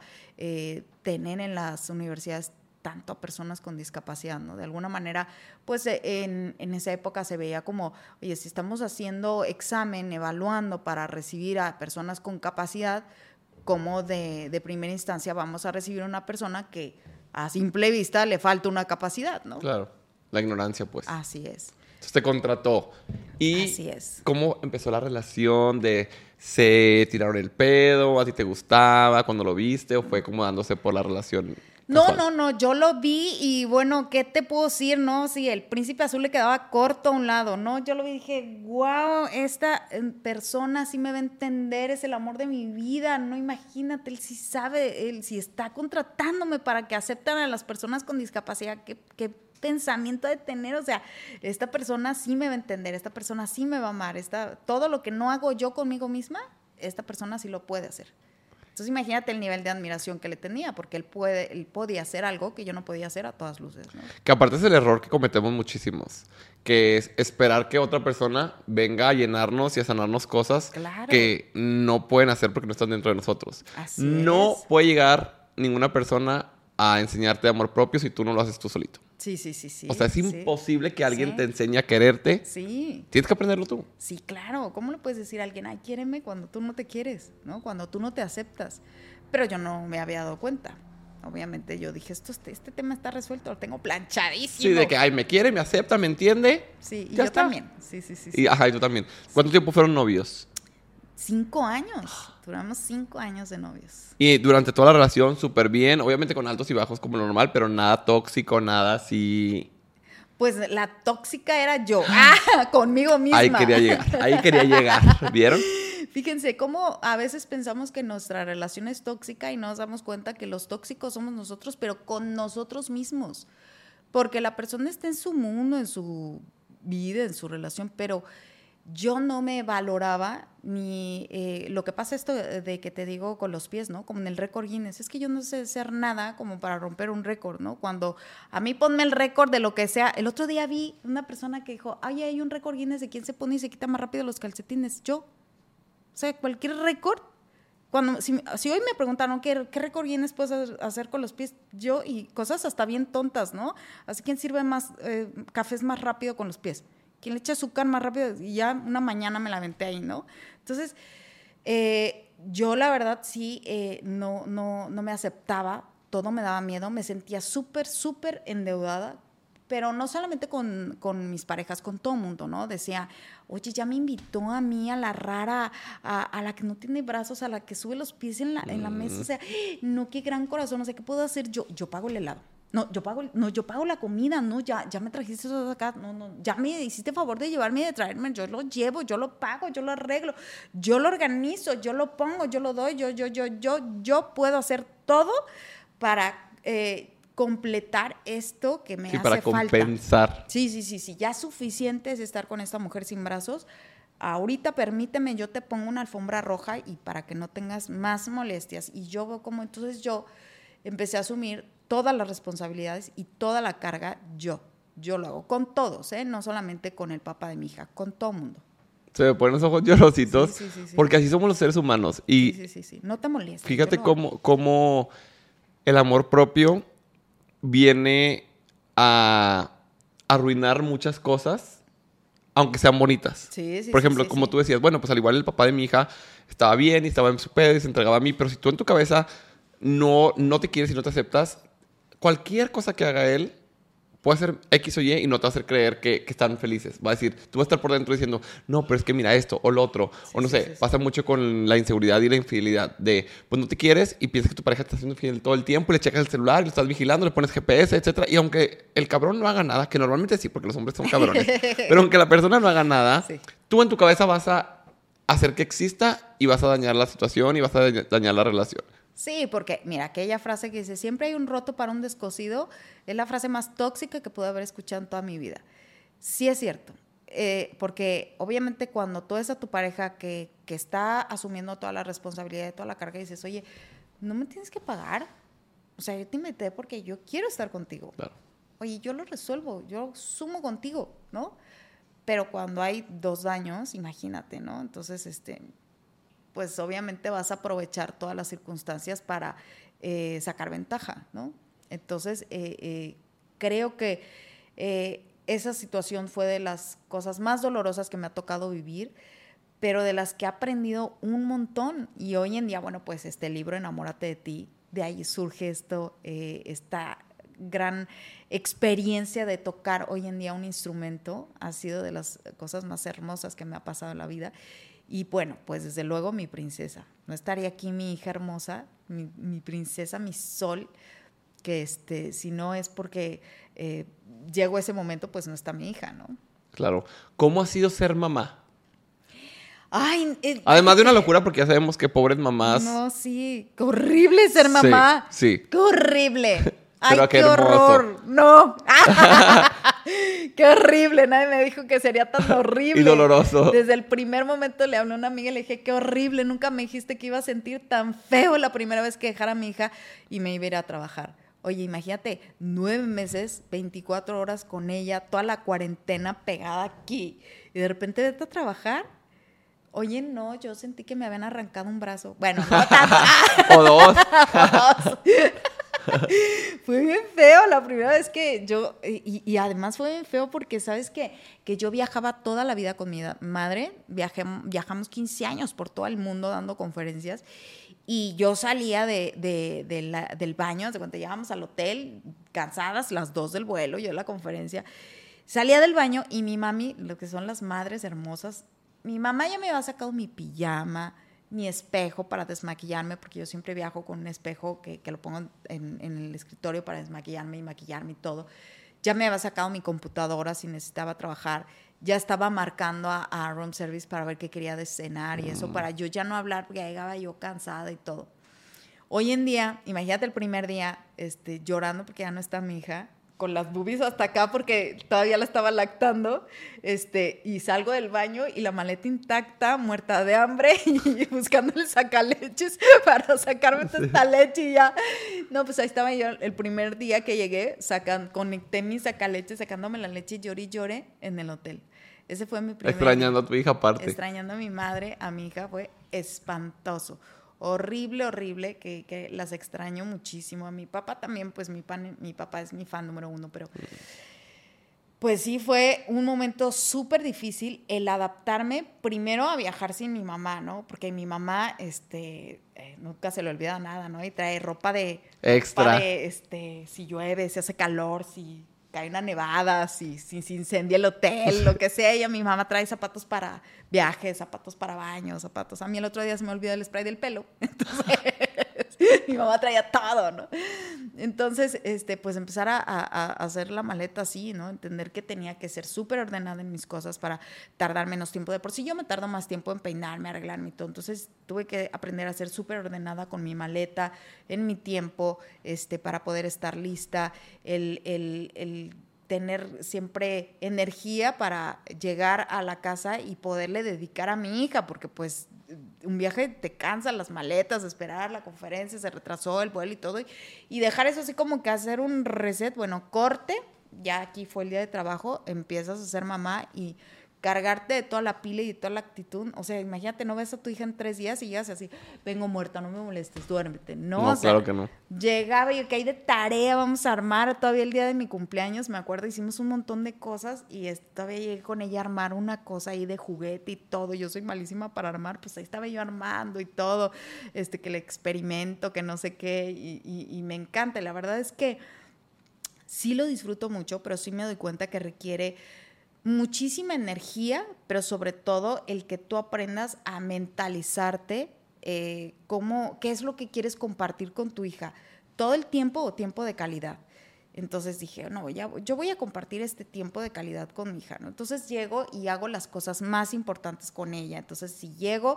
tener en las universidades tanto a personas con discapacidad, ¿no? De alguna manera, pues en esa época se veía como, oye, si estamos haciendo examen, evaluando para recibir a personas con capacidad, como de primera instancia vamos a recibir a una persona que a simple vista le falta una capacidad, ¿no? Claro, la ignorancia, pues. Así es. Entonces te contrató. ¿Y así es. cómo empezó la relación de se tiraron el pedo, a ti te gustaba cuando lo viste o fue como dándose por la relación? No, yo lo vi y bueno, ¿qué te puedo decir, no? Sí, el príncipe azul le quedaba corto a un lado, ¿no? Yo lo vi y dije, wow, esta persona sí me va a entender, es el amor de mi vida, no, imagínate, él sí sabe, él sí está contratándome para que acepten a las personas con discapacidad, qué pensamiento de tener, o sea, esta persona sí me va a entender, esta persona sí me va a amar, todo lo que no hago yo conmigo misma, esta persona sí lo puede hacer. Entonces imagínate el nivel de admiración que le tenía, porque él podía hacer algo que yo no podía hacer a todas luces, ¿no? Que aparte es el error que cometemos muchísimos, que es esperar que otra persona venga a llenarnos y a sanarnos cosas que no pueden hacer porque no están dentro de nosotros. Así no es. puede llegar ninguna persona a enseñarte amor propio si tú no lo haces tú solito. Sí. O sea, es imposible que alguien te enseñe a quererte. Sí. Tienes que aprenderlo tú. Sí, claro. ¿Cómo le puedes decir a alguien, ay, quiéreme cuando tú no te quieres, ¿no? Cuando tú no te aceptas? Pero yo no me había dado cuenta. Obviamente yo dije, este tema está resuelto, lo tengo planchadísimo. Sí, de que, ay, me quiere, me acepta, me entiende. Sí, y ya yo está. también. Sí. Y tú también. ¿Cuánto tiempo fueron novios? 5 años. Duramos 5 años de novios. Y durante toda la relación, súper bien. Obviamente con altos y bajos como lo normal, pero nada tóxico, nada así. Pues la tóxica era yo. Conmigo misma. Ahí quería llegar. ¿Vieron? Fíjense cómo a veces pensamos que nuestra relación es tóxica y nos damos cuenta que los tóxicos somos nosotros, pero con nosotros mismos. Porque la persona está en su mundo, en su vida, en su relación, pero yo no me valoraba ni lo que pasa esto de que te digo con los pies, ¿no? Como en el récord Guinness. Es que yo no sé hacer nada como para romper un récord, ¿no? Cuando a mí ponme el récord de lo que sea. El otro día vi una persona que dijo, ay, hay un récord Guinness de quién se pone y se quita más rápido los calcetines. Yo. O sea, cualquier récord. Si hoy me preguntaron qué récord Guinness puedes hacer con los pies, yo, y cosas hasta bien tontas, ¿no? Así, ¿quién sirve más cafés más rápido con los pies? ¿Quién le echa azúcar más rápido? Y ya una mañana me la aventé ahí, ¿no? Entonces, yo la verdad sí no me aceptaba, todo me daba miedo, me sentía súper endeudada, pero no solamente con mis parejas, con todo el mundo, ¿no? Decía, oye, ya me invitó a mí, a la rara, a la que no tiene brazos, a la que sube los pies en la mesa, o sea, no, qué gran corazón, o sea, ¿qué puedo hacer? Yo pago el helado. Yo pago la comida, no, ya me trajiste eso acá, no, ya me hiciste favor de llevarme y de traerme, yo lo llevo, yo lo pago, yo lo arreglo, yo lo organizo, yo lo pongo, yo lo doy, yo puedo hacer todo para completar esto que me hace falta. Sí, para compensar. Sí, ya suficiente es estar con esta mujer sin brazos. Ahorita permíteme, yo te pongo una alfombra roja y para que no tengas más molestias. Y yo veo como entonces yo empecé a asumir todas las responsabilidades y toda la carga yo lo hago con todos, no solamente con el papá de mi hija, con todo el mundo. Se me ponen los ojos llorositos, sí. porque así somos los seres humanos. Y sí, no te molestes. Fíjate cómo el amor propio viene a arruinar muchas cosas, aunque sean bonitas. Por ejemplo, como tú decías, bueno, pues al igual el papá de mi hija estaba bien y estaba en su pedo y se entregaba a mí, pero si tú en tu cabeza no te quieres y no te aceptas, cualquier cosa que haga él puede ser X o Y no te va a hacer creer que están felices. Va a decir, tú vas a estar por dentro diciendo, no, pero es que mira esto o lo otro. Sí, o no sé, pasa mucho con la inseguridad y la infidelidad. De, pues no te quieres y piensas que tu pareja te está haciendo infiel todo el tiempo, y le checas el celular, lo estás vigilando, le pones GPS, etcétera. Y aunque el cabrón no haga nada, que normalmente sí, porque los hombres son cabrones, pero aunque la persona no haga nada, tú en tu cabeza vas a hacer que exista y vas a dañar la situación y vas a dañar la relación. Sí, porque mira, aquella frase que dice, siempre hay un roto para un descosido, es la frase más tóxica que pude haber escuchado en toda mi vida. Sí es cierto, porque obviamente cuando tú ves a tu pareja que está asumiendo toda la responsabilidad de toda la carga, dices, oye, no me tienes que pagar, o sea, yo te invité porque yo quiero estar contigo. Claro. Oye, yo lo resuelvo, yo sumo contigo, ¿no? Pero cuando hay 2 daños, imagínate, ¿no? Entonces, pues obviamente vas a aprovechar todas las circunstancias para sacar ventaja, ¿no? Entonces, creo que esa situación fue de las cosas más dolorosas que me ha tocado vivir, pero de las que he aprendido un montón. Y hoy en día, bueno, pues este libro, Enamórate de ti, de ahí surge esta gran experiencia de tocar hoy en día un instrumento. Ha sido de las cosas más hermosas que me ha pasado en la vida. Y bueno, pues desde luego mi princesa. No estaría aquí mi hija hermosa, mi princesa, mi sol, que si no es porque llegó ese momento, pues no está mi hija, ¿no? Claro. ¿Cómo ha sido ser mamá? Ay, además de una locura, porque ya sabemos que pobres mamás. No, sí, qué horrible ser mamá. Sí. Qué horrible. Ay, pero qué horror. No. Qué horrible. Nadie me dijo que sería tan horrible. Y doloroso. Desde el primer momento le hablé a una amiga y le dije, qué horrible. Nunca me dijiste que iba a sentir tan feo la primera vez que dejara a mi hija y me iba a ir a trabajar. Oye, imagínate, 9 meses, 24 horas con ella, toda la cuarentena pegada aquí. Y de repente vete a trabajar. Oye, no, yo sentí que me habían arrancado un brazo. Bueno, no tanto. O dos. Fue bien feo la primera vez que yo, y además fue bien feo porque sabes que yo viajaba toda la vida con mi madre, viajamos 15 años por todo el mundo dando conferencias, y yo salía del baño, de cuando llegábamos al hotel, cansadas, las 2 del vuelo, yo de la conferencia, salía del baño y mi mami, lo que son las madres hermosas, mi mamá ya me había sacado mi pijama, mi espejo para desmaquillarme, porque yo siempre viajo con un espejo que lo pongo en el escritorio para desmaquillarme y maquillarme y todo. Ya me había sacado mi computadora si necesitaba trabajar. Ya estaba marcando a room service para ver qué quería de cenar y eso, para yo ya no hablar, porque ya llegaba yo cansada y todo. Hoy en día, imagínate el primer día llorando porque ya no está mi hija, con las boobies hasta acá porque todavía la estaba lactando, y salgo del baño y la maleta intacta, muerta de hambre, y buscando el sacaleches para sacarme esta leche y ya. No, pues ahí estaba yo el primer día que llegué, conecté mi sacaleche, sacándome la leche y lloré en el hotel. Ese fue mi primer Extrañando día. A tu hija aparte. Extrañando a mi madre, a mi hija, fue espantoso. Horrible, horrible, que las extraño muchísimo. A mi papá también, pues mi papá es mi fan número 1, pero pues sí fue un momento súper difícil el adaptarme primero a viajar sin mi mamá, ¿no? Porque mi mamá, nunca se le olvida nada, ¿no? Y trae ropa de extra, si llueve, si hace calor, si cae una nevada, si se incendia el hotel, lo que sea. Y mi mamá trae zapatos para viajes, zapatos para baños, zapatos. A mí el otro día se me olvidó el spray del pelo. Entonces, mi mamá traía todo, ¿no? Entonces, pues empezar a hacer la maleta así, ¿no? Entender que tenía que ser súper ordenada en mis cosas para tardar menos tiempo. De por sí yo me tardo más tiempo en peinarme, arreglarme y todo. Entonces, tuve que aprender a ser súper ordenada con mi maleta, en mi tiempo, para poder estar lista, el tener siempre energía para llegar a la casa y poderle dedicar a mi hija, porque pues un viaje te cansa, las maletas, esperar la conferencia, se retrasó el vuelo y todo, y dejar eso así como que hacer un reset, bueno, corte, ya aquí fue el día de trabajo, empiezas a ser mamá y cargarte de toda la pila y de toda la actitud. O sea, imagínate, no ves a tu hija en 3 días y llegas así, vengo muerta, no me molestes, duérmete. No, o sea, claro que no. Llegaba y que hay de tarea, vamos a armar. Todavía el día de mi cumpleaños, me acuerdo, hicimos un montón de cosas y todavía llegué con ella a armar una cosa ahí de juguete y todo. Yo soy malísima para armar, pues ahí estaba yo armando y todo, que el experimento, que no sé qué, y me encanta. La verdad es que sí lo disfruto mucho, pero sí me doy cuenta que requiere muchísima energía, pero sobre todo el que tú aprendas a mentalizarte qué es lo que quieres compartir con tu hija, todo el tiempo o tiempo de calidad. Entonces dije, no, yo voy a compartir este tiempo de calidad con mi hija, ¿no? Entonces llego y hago las cosas más importantes con ella. Entonces si llego,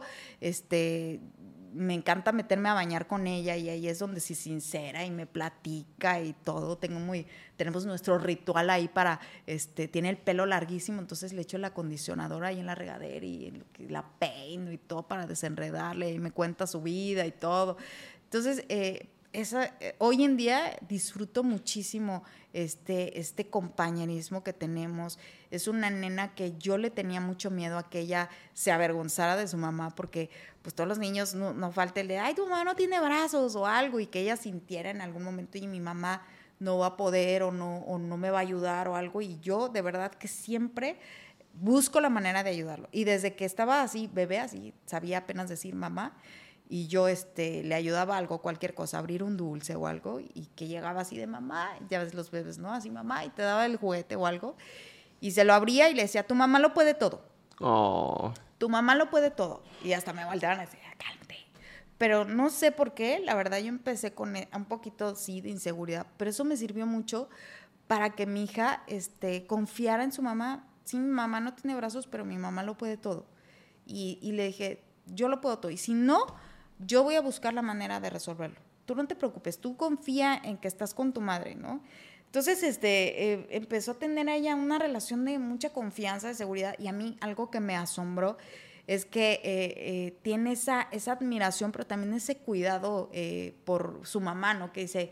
me encanta meterme a bañar con ella y ahí es donde se sincera y me platica y todo. Tenemos nuestro ritual ahí tiene el pelo larguísimo, entonces le echo el acondicionador ahí en la regadera y la peino y todo para desenredarle y me cuenta su vida y todo. Entonces, hoy en día disfruto muchísimo este compañerismo que tenemos. Es una nena que yo le tenía mucho miedo a que ella se avergonzara de su mamá, porque pues todos los niños no falta el de, ay, tu mamá no tiene brazos o algo, y que ella sintiera en algún momento y mi mamá no va a poder o no me va a ayudar o algo, y yo de verdad que siempre busco la manera de ayudarlo. Y desde que estaba así, bebé, así, sabía apenas decir mamá, y yo le ayudaba algo, cualquier cosa, abrir un dulce o algo, y que llegaba así de mamá, ya ves los bebés, ¿no? Así mamá, y te daba el juguete o algo, y se lo abría y le decía, tu mamá lo puede todo. Oh. Tu mamá lo puede todo. Y hasta me volteaban y decía, cálmate. Pero no sé por qué, la verdad yo empecé con un poquito, sí, de inseguridad, pero eso me sirvió mucho para que mi hija confiara en su mamá. Sí, mi mamá no tiene brazos, pero mi mamá lo puede todo. Y le dije, yo lo puedo todo. Y si no, yo voy a buscar la manera de resolverlo. Tú no te preocupes, tú confía en que estás con tu madre, ¿no? Entonces, empezó a tener ella una relación de mucha confianza, de seguridad, y a mí algo que me asombró es que tiene esa admiración, pero también ese cuidado por su mamá, ¿no? Que dice,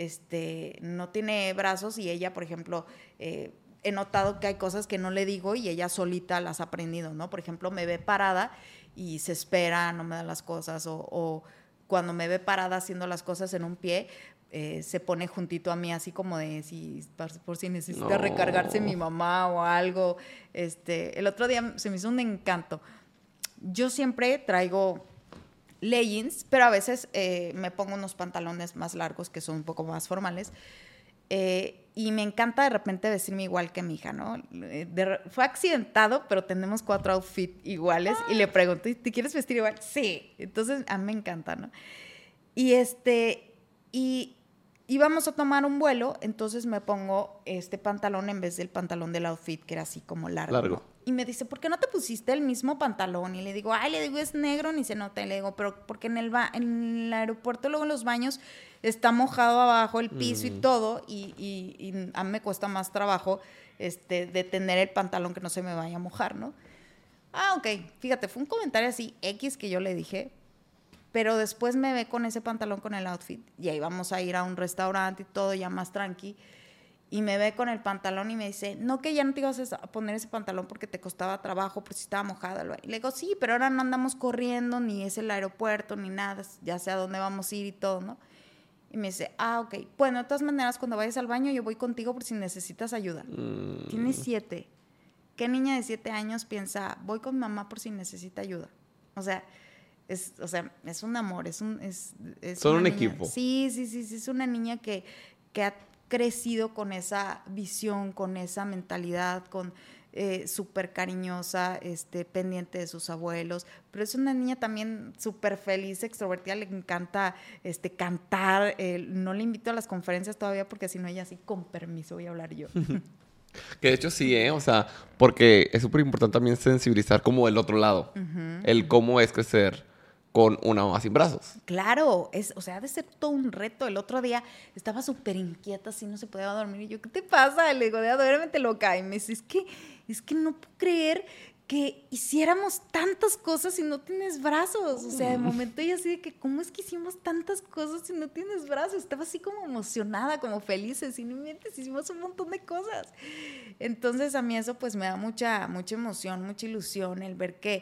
no tiene brazos y ella, por ejemplo, he notado que hay cosas que no le digo y ella solita las ha aprendido, ¿no? Por ejemplo, me ve parada y se espera, no me da las cosas, o cuando me ve parada haciendo las cosas en un pie, se pone juntito a mí así como de por si necesita recargarse mi mamá o algo. El otro día se me hizo un encanto. Yo siempre traigo leggings, pero a veces me pongo unos pantalones más largos que son un poco más formales. Y me encanta de repente vestirme igual que mi hija, ¿no? Fue accidentado, pero tenemos 4 outfits iguales. Y le pregunto, ¿te quieres vestir igual? Sí. Entonces, a mí me encanta, ¿no? Y íbamos a tomar un vuelo, entonces me pongo este pantalón en vez del pantalón del outfit, que era así como largo. ¿No? Y me dice, ¿por qué no te pusiste el mismo pantalón? Y le digo, es negro, ni se nota. Y le digo, pero porque en el aeropuerto, luego en los baños, está mojado abajo el piso y todo, y a mí me cuesta más trabajo de tener el pantalón que no se me vaya a mojar, ¿no? Ok, fíjate, fue un comentario así X que yo le dije, pero después me ve con ese pantalón con el outfit, y ahí vamos a ir a un restaurante y todo, ya más tranqui, y me ve con el pantalón y me dice, no, que ya no te ibas a poner ese pantalón porque te costaba trabajo, porque si estaba mojada. Y le digo, sí, pero ahora no andamos corriendo, ni es el aeropuerto, ni nada, ya sé a dónde vamos a ir y todo, ¿no? Y me dice, ok, bueno, de todas maneras, cuando vayas al baño yo voy contigo por si necesitas ayuda. Tienes 7. ¿Qué niña de 7 años piensa, voy con mi mamá por si necesita ayuda? O sea, es un amor, Son un niña, equipo. Sí, es una niña que ha crecido con esa visión, con esa mentalidad, súper cariñosa, pendiente de sus abuelos, pero es una niña también súper feliz, extrovertida, le encanta cantar. No le invito a las conferencias todavía porque si no ella sí, con permiso, voy a hablar yo. Que de hecho sí, o sea, porque es súper importante también sensibilizar como el otro lado, el cómo es crecer con una mamá sin brazos. Claro, ha de ser todo un reto. El otro día estaba súper inquieta, así no se podía dormir. Y yo, ¿qué te pasa? Le digo, duérmete loca. Y me dice, es que no puedo creer que hiciéramos tantas cosas si no tienes brazos. O sea, de momento ella así de que, ¿cómo es que hicimos tantas cosas si no tienes brazos? Estaba así como emocionada, como feliz. Y no mientes, hicimos un montón de cosas. Entonces a mí eso pues me da mucha emoción, mucha ilusión, el ver que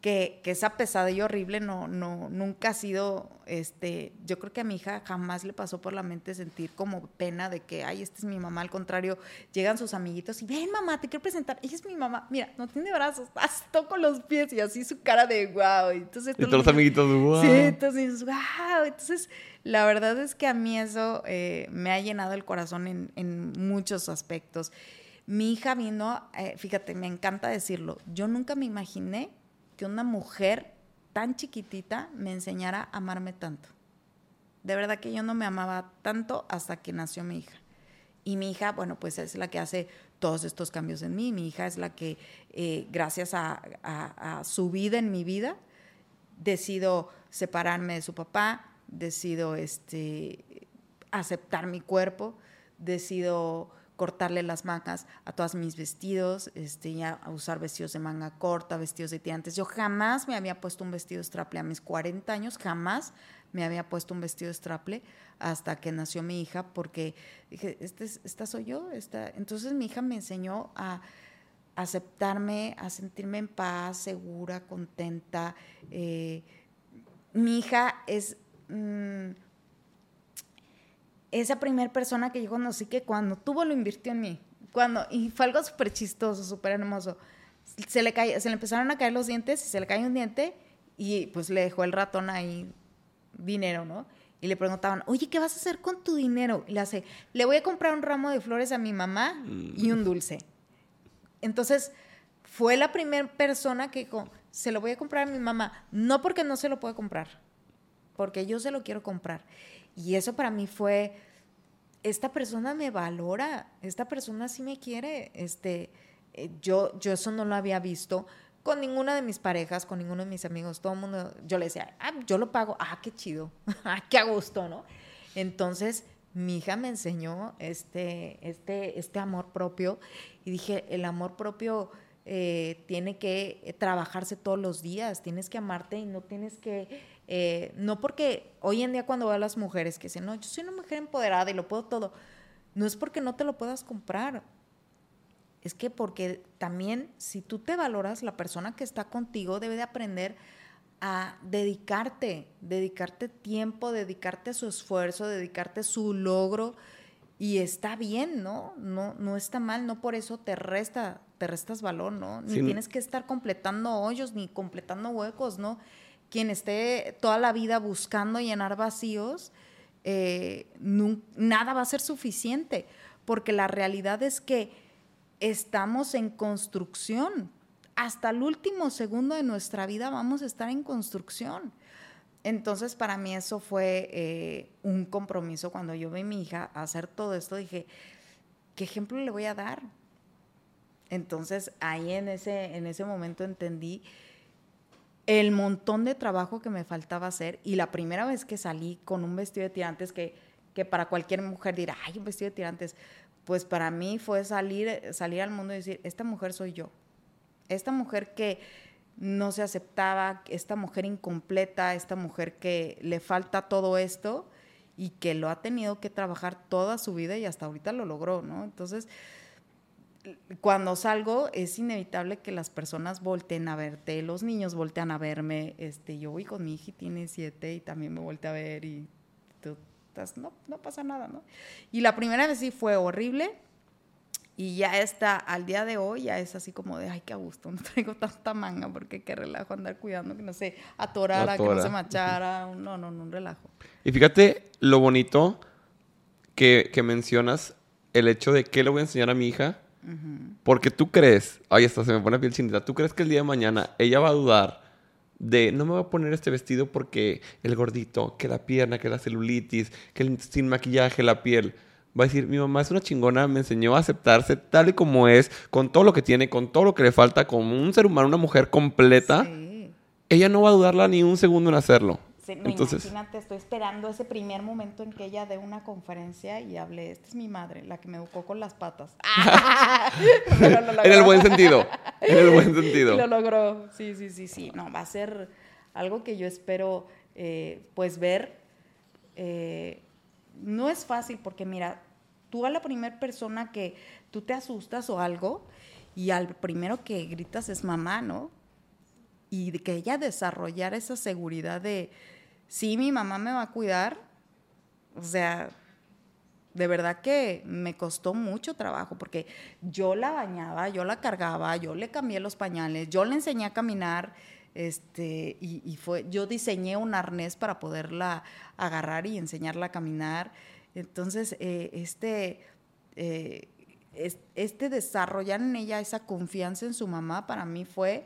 que esa pesadilla horrible nunca ha sido, yo creo que a mi hija jamás le pasó por la mente sentir como pena de que, ay, esta es mi mamá. Al contrario, llegan sus amiguitos y, ven, mamá, te quiero presentar, ella es mi mamá, mira, no tiene brazos, toco los pies, y así su cara de wow. Entonces, y todos los amiguitos, wow. Sí, entonces, wow. Entonces, la verdad es que a mí eso me ha llenado el corazón en muchos aspectos. Mi hija vino, fíjate, me encanta decirlo, yo nunca me imaginé que una mujer tan chiquitita me enseñara a amarme tanto. De verdad que yo no me amaba tanto hasta que nació mi hija. Y mi hija, bueno, pues es la que hace todos estos cambios en mí. Mi hija es la que, gracias a su vida en mi vida, decido separarme de su papá, decido aceptar mi cuerpo, decido cortarle las mangas a todos mis vestidos, ya a usar vestidos de manga corta, vestidos de tirantes. Yo jamás me había puesto un vestido straple a mis 40 años, jamás me había puesto un vestido straple hasta que nació mi hija, porque dije, esta soy yo. Entonces mi hija me enseñó a aceptarme, a sentirme en paz, segura, contenta. Mi hija es esa primera persona que yo conocí que cuando tuvo lo invirtió en mí. Y fue algo súper chistoso, súper hermoso. Se le empezaron a caer los dientes y se le cayó un diente y pues le dejó el ratón ahí dinero, ¿no? Y le preguntaban, oye, ¿qué vas a hacer con tu dinero? Y le voy a comprar un ramo de flores a mi mamá y un dulce. Entonces, fue la primera persona que dijo, se lo voy a comprar a mi mamá. No porque no se lo pueda comprar, porque yo se lo quiero comprar. Y eso para mí fue, esta persona me valora, esta persona sí me quiere. Yo eso no lo había visto con ninguna de mis parejas, con ninguno de mis amigos. Todo el mundo, yo le decía, yo lo pago, qué chido, qué a gusto, ¿no? Entonces, mi hija me enseñó este amor propio y dije, el amor propio tiene que trabajarse todos los días, tienes que amarte y no tienes que... no porque hoy en día cuando veo a las mujeres que dicen, no, yo soy una mujer empoderada y lo puedo todo, no es porque no te lo puedas comprar, es que porque también si tú te valoras, la persona que está contigo debe de aprender a dedicarte tiempo, dedicarte su esfuerzo, dedicarte su logro, y está bien, ¿no? No está mal, no por eso te restas valor, ¿no? Ni tienes que estar completando hoyos, ni completando huecos, ¿no? Quien esté toda la vida buscando llenar vacíos, nada va a ser suficiente, porque la realidad es que estamos en construcción. Hasta el último segundo de nuestra vida vamos a estar en construcción. Entonces, para mí eso fue un compromiso. Cuando yo vi a mi hija hacer todo esto, dije, ¿qué ejemplo le voy a dar? Entonces, ahí en ese momento entendí el montón de trabajo que me faltaba hacer, y la primera vez que salí con un vestido de tirantes, que para cualquier mujer dirá, ay, un vestido de tirantes, pues para mí fue salir al mundo y decir, esta mujer soy yo, esta mujer que no se aceptaba, esta mujer incompleta, esta mujer que le falta todo esto y que lo ha tenido que trabajar toda su vida y hasta ahorita lo logró, ¿no? Entonces, cuando salgo es inevitable que las personas volteen a verte, los niños voltean a verme, yo voy con mi hija y tiene 7 y también me voltea a ver y tú estás, no pasa nada, ¿no? Y la primera vez sí fue horrible y ya al día de hoy ya es así como de, ay, qué a gusto, no traigo tanta manga porque qué relajo andar cuidando que no se atorara, que no se machara, un relajo. Y fíjate lo bonito que mencionas, el hecho de qué le voy a enseñar a mi hija. Porque tú crees, ay, hasta se me pone la piel chinita, tú crees que el día de mañana ella va a dudar de, no me voy a poner este vestido porque el gordito, que la pierna, que la celulitis, que sin maquillaje la piel. Va a decir, mi mamá es una chingona, me enseñó a aceptarse tal y como es, con todo lo que tiene, con todo lo que le falta, como un ser humano, una mujer completa. Sí. Ella no va a dudarla ni un segundo en hacerlo. Sí, no, entonces, imagínate, estoy esperando ese primer momento en que ella dé una conferencia y hable, esta es mi madre, la que me educó con las patas. En el buen sentido, Lo logró, sí. No, va a ser algo que yo espero, pues, ver. No es fácil porque, mira, tú a la primera persona que tú te asustas o algo y al primero que gritas es mamá, ¿no? y de que ella desarrollara esa seguridad de, sí, mi mamá me va a cuidar. O sea, de verdad que me costó mucho trabajo porque yo la bañaba, yo la cargaba, yo le cambié los pañales, yo le enseñé a caminar, yo diseñé un arnés para poderla agarrar y enseñarla a caminar. Entonces, desarrollar en ella esa confianza en su mamá para mí fue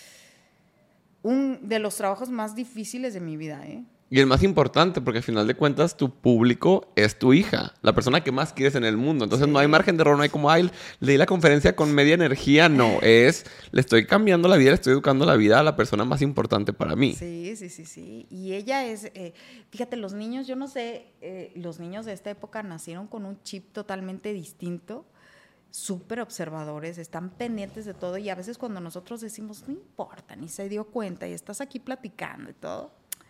de los trabajos más difíciles de mi vida, ¿eh? Y el más importante, porque al final de cuentas tu público es tu hija, la persona que más quieres en el mundo. Entonces no hay margen de error, no hay como, ay, leí la conferencia con media energía. No, le estoy cambiando la vida, le estoy educando la vida a la persona más importante para mí. Sí. Y ella es, fíjate, los niños, yo no sé, los niños de esta época nacieron con un chip totalmente distinto, súper observadores, están pendientes de todo y a veces cuando nosotros decimos, no importa, ni se dio cuenta y estás aquí platicando y todo,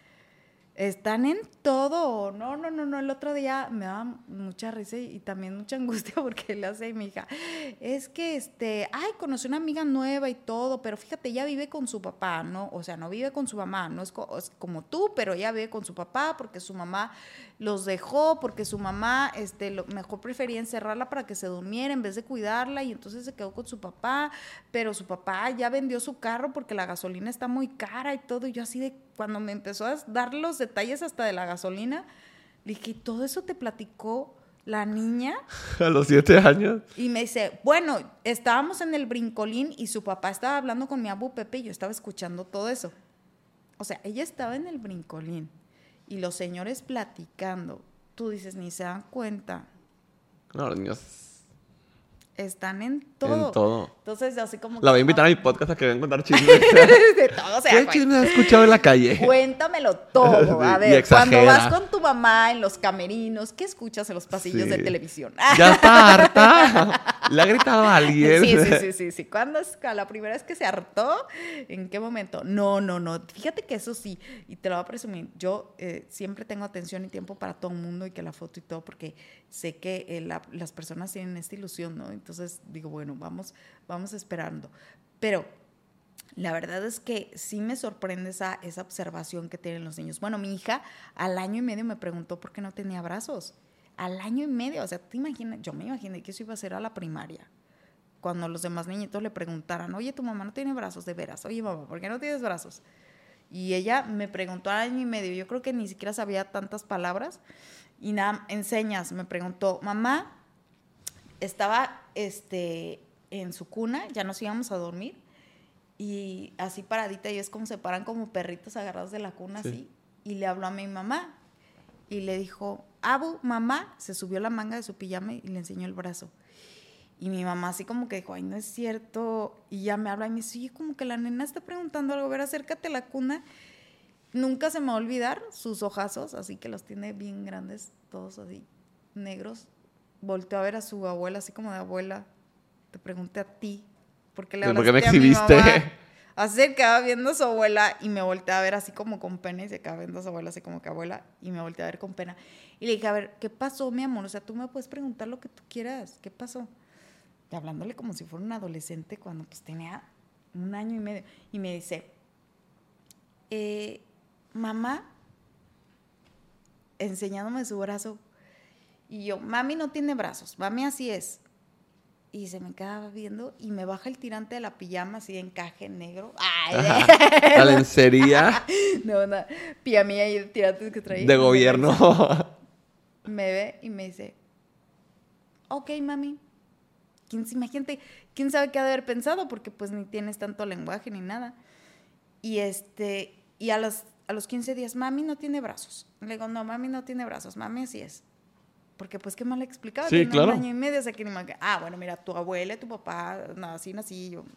están en todo. No. El otro día me daba mucha risa y también mucha angustia porque le hace a mi hija. Es que, conocí una amiga nueva y todo, pero fíjate, ella vive con su papá, ¿no? O sea, no vive con su mamá, no es como tú, pero ella vive con su papá porque su mamá los dejó, porque su mamá, mejor prefería encerrarla para que se durmiera en vez de cuidarla y entonces se quedó con su papá, pero su papá ya vendió su carro porque la gasolina está muy cara y todo. Y yo así de, cuando me empezó a dar los detalles hasta de la gasolina, le dije, ¿todo eso te platicó la niña? A los 7 años. Y me dice, bueno, estábamos en el brincolín y su papá estaba hablando con mi abu Pepe y yo estaba escuchando todo eso. O sea, ella estaba en el brincolín y los señores platicando. Tú dices, ni se dan cuenta. No, los niños están en todo. Entonces, así como la voy a invitar a mi podcast a que vengan a contar chismes. De todo, o sea, ¿qué chismes has escuchado en la calle? Cuéntamelo todo. A ver, cuando vas con tu mamá en los camerinos, ¿qué escuchas en los pasillos de televisión? Ya está harta. ¿Le ha gritado a alguien? Sí. ¿Cuándo es la primera vez que se hartó? ¿En qué momento? No. Fíjate que eso sí, y te lo voy a presumir. Yo siempre tengo atención y tiempo para todo el mundo y que la foto y todo, porque sé que las personas tienen esta ilusión, ¿no? Entonces digo, bueno, vamos esperando. Pero la verdad es que sí me sorprende esa observación que tienen los niños. Bueno, mi hija al 1.5 años me preguntó por qué no tenía brazos. Al 1.5 años, o sea, yo me imaginé que eso iba a ser a la primaria. Cuando los demás niñitos le preguntaran, oye, tu mamá no tiene brazos, de veras. Oye, mamá, ¿por qué no tienes brazos? Y ella me preguntó al 1.5 años, yo creo que ni siquiera sabía tantas palabras. Y nada, en señas me preguntó, mamá, estaba en su cuna, ya nos íbamos a dormir, y así paradita, y es como se paran como perritos agarrados de la cuna, sí. Así, y le habló a mi mamá, y le dijo, Abu, mamá, se subió la manga de su pijama y le enseñó el brazo. Y mi mamá así como que dijo, ay, no es cierto, y ya me habla y me dice, oye, como que la nena está preguntando algo, a ver, acércate a la cuna. Nunca se me va a olvidar sus ojazos, así que los tiene bien grandes, todos así, negros. Volteó a ver a su abuela, así como de, abuela, te pregunté a ti, ¿por qué le hablaste a mi mamá? ¿Por qué me exhibiste? Así se quedaba viendo a su abuela y me volteé a ver así como con pena y se quedaba viendo a su abuela así como que abuela y me volteé a ver con pena. Y le dije, a ver, ¿qué pasó, mi amor? O sea, tú me puedes preguntar lo que tú quieras, ¿qué pasó? Y hablándole como si fuera un adolescente cuando pues tenía 1 año y medio. Y me dice, mamá, enseñándome su brazo. Y yo, mami no tiene brazos, mami así es. Y se me quedaba viendo y me baja el tirante de la pijama así de encaje negro. ¡Ay! ¿La lencería? No, pijamilla y tirantes que traía. De gobierno. Me ve y me dice, ok, mami. Imagínate, quién sabe qué ha de haber pensado, porque pues ni tienes tanto lenguaje ni nada. Y a los 15 días, mami no tiene brazos. Le digo, no, mami no tiene brazos, mami así es. Porque pues qué mal le explicaba. Sí, claro. 1 año y medio, o sea que ni más. Bueno, mira, tu abuela y tu papá, no, así nací yo.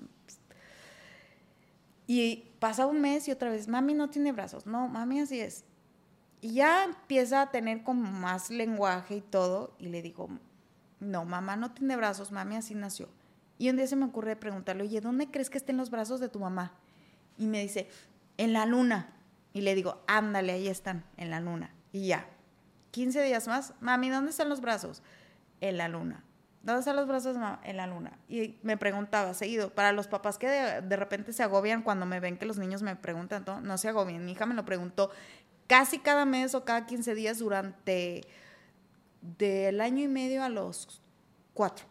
Y pasa 1 mes y otra vez, mami no tiene brazos. No, mami así es. Y ya empieza a tener como más lenguaje y todo. Y le digo, no, mamá no tiene brazos, mami así nació. Y un día se me ocurre preguntarle, oye, ¿dónde crees que estén los brazos de tu mamá? Y me dice, en la luna. Y le digo, ándale, ahí están, en la luna. Y ya. 15 días más, mami, ¿dónde están los brazos? En la luna. ¿Dónde están los brazos de mamá? En la luna. Y me preguntaba seguido, para los papás que de repente se agobian cuando me ven que los niños me preguntan, no se agobien. Mi hija me lo preguntó casi cada mes o cada 15 días durante del año y medio a los 4.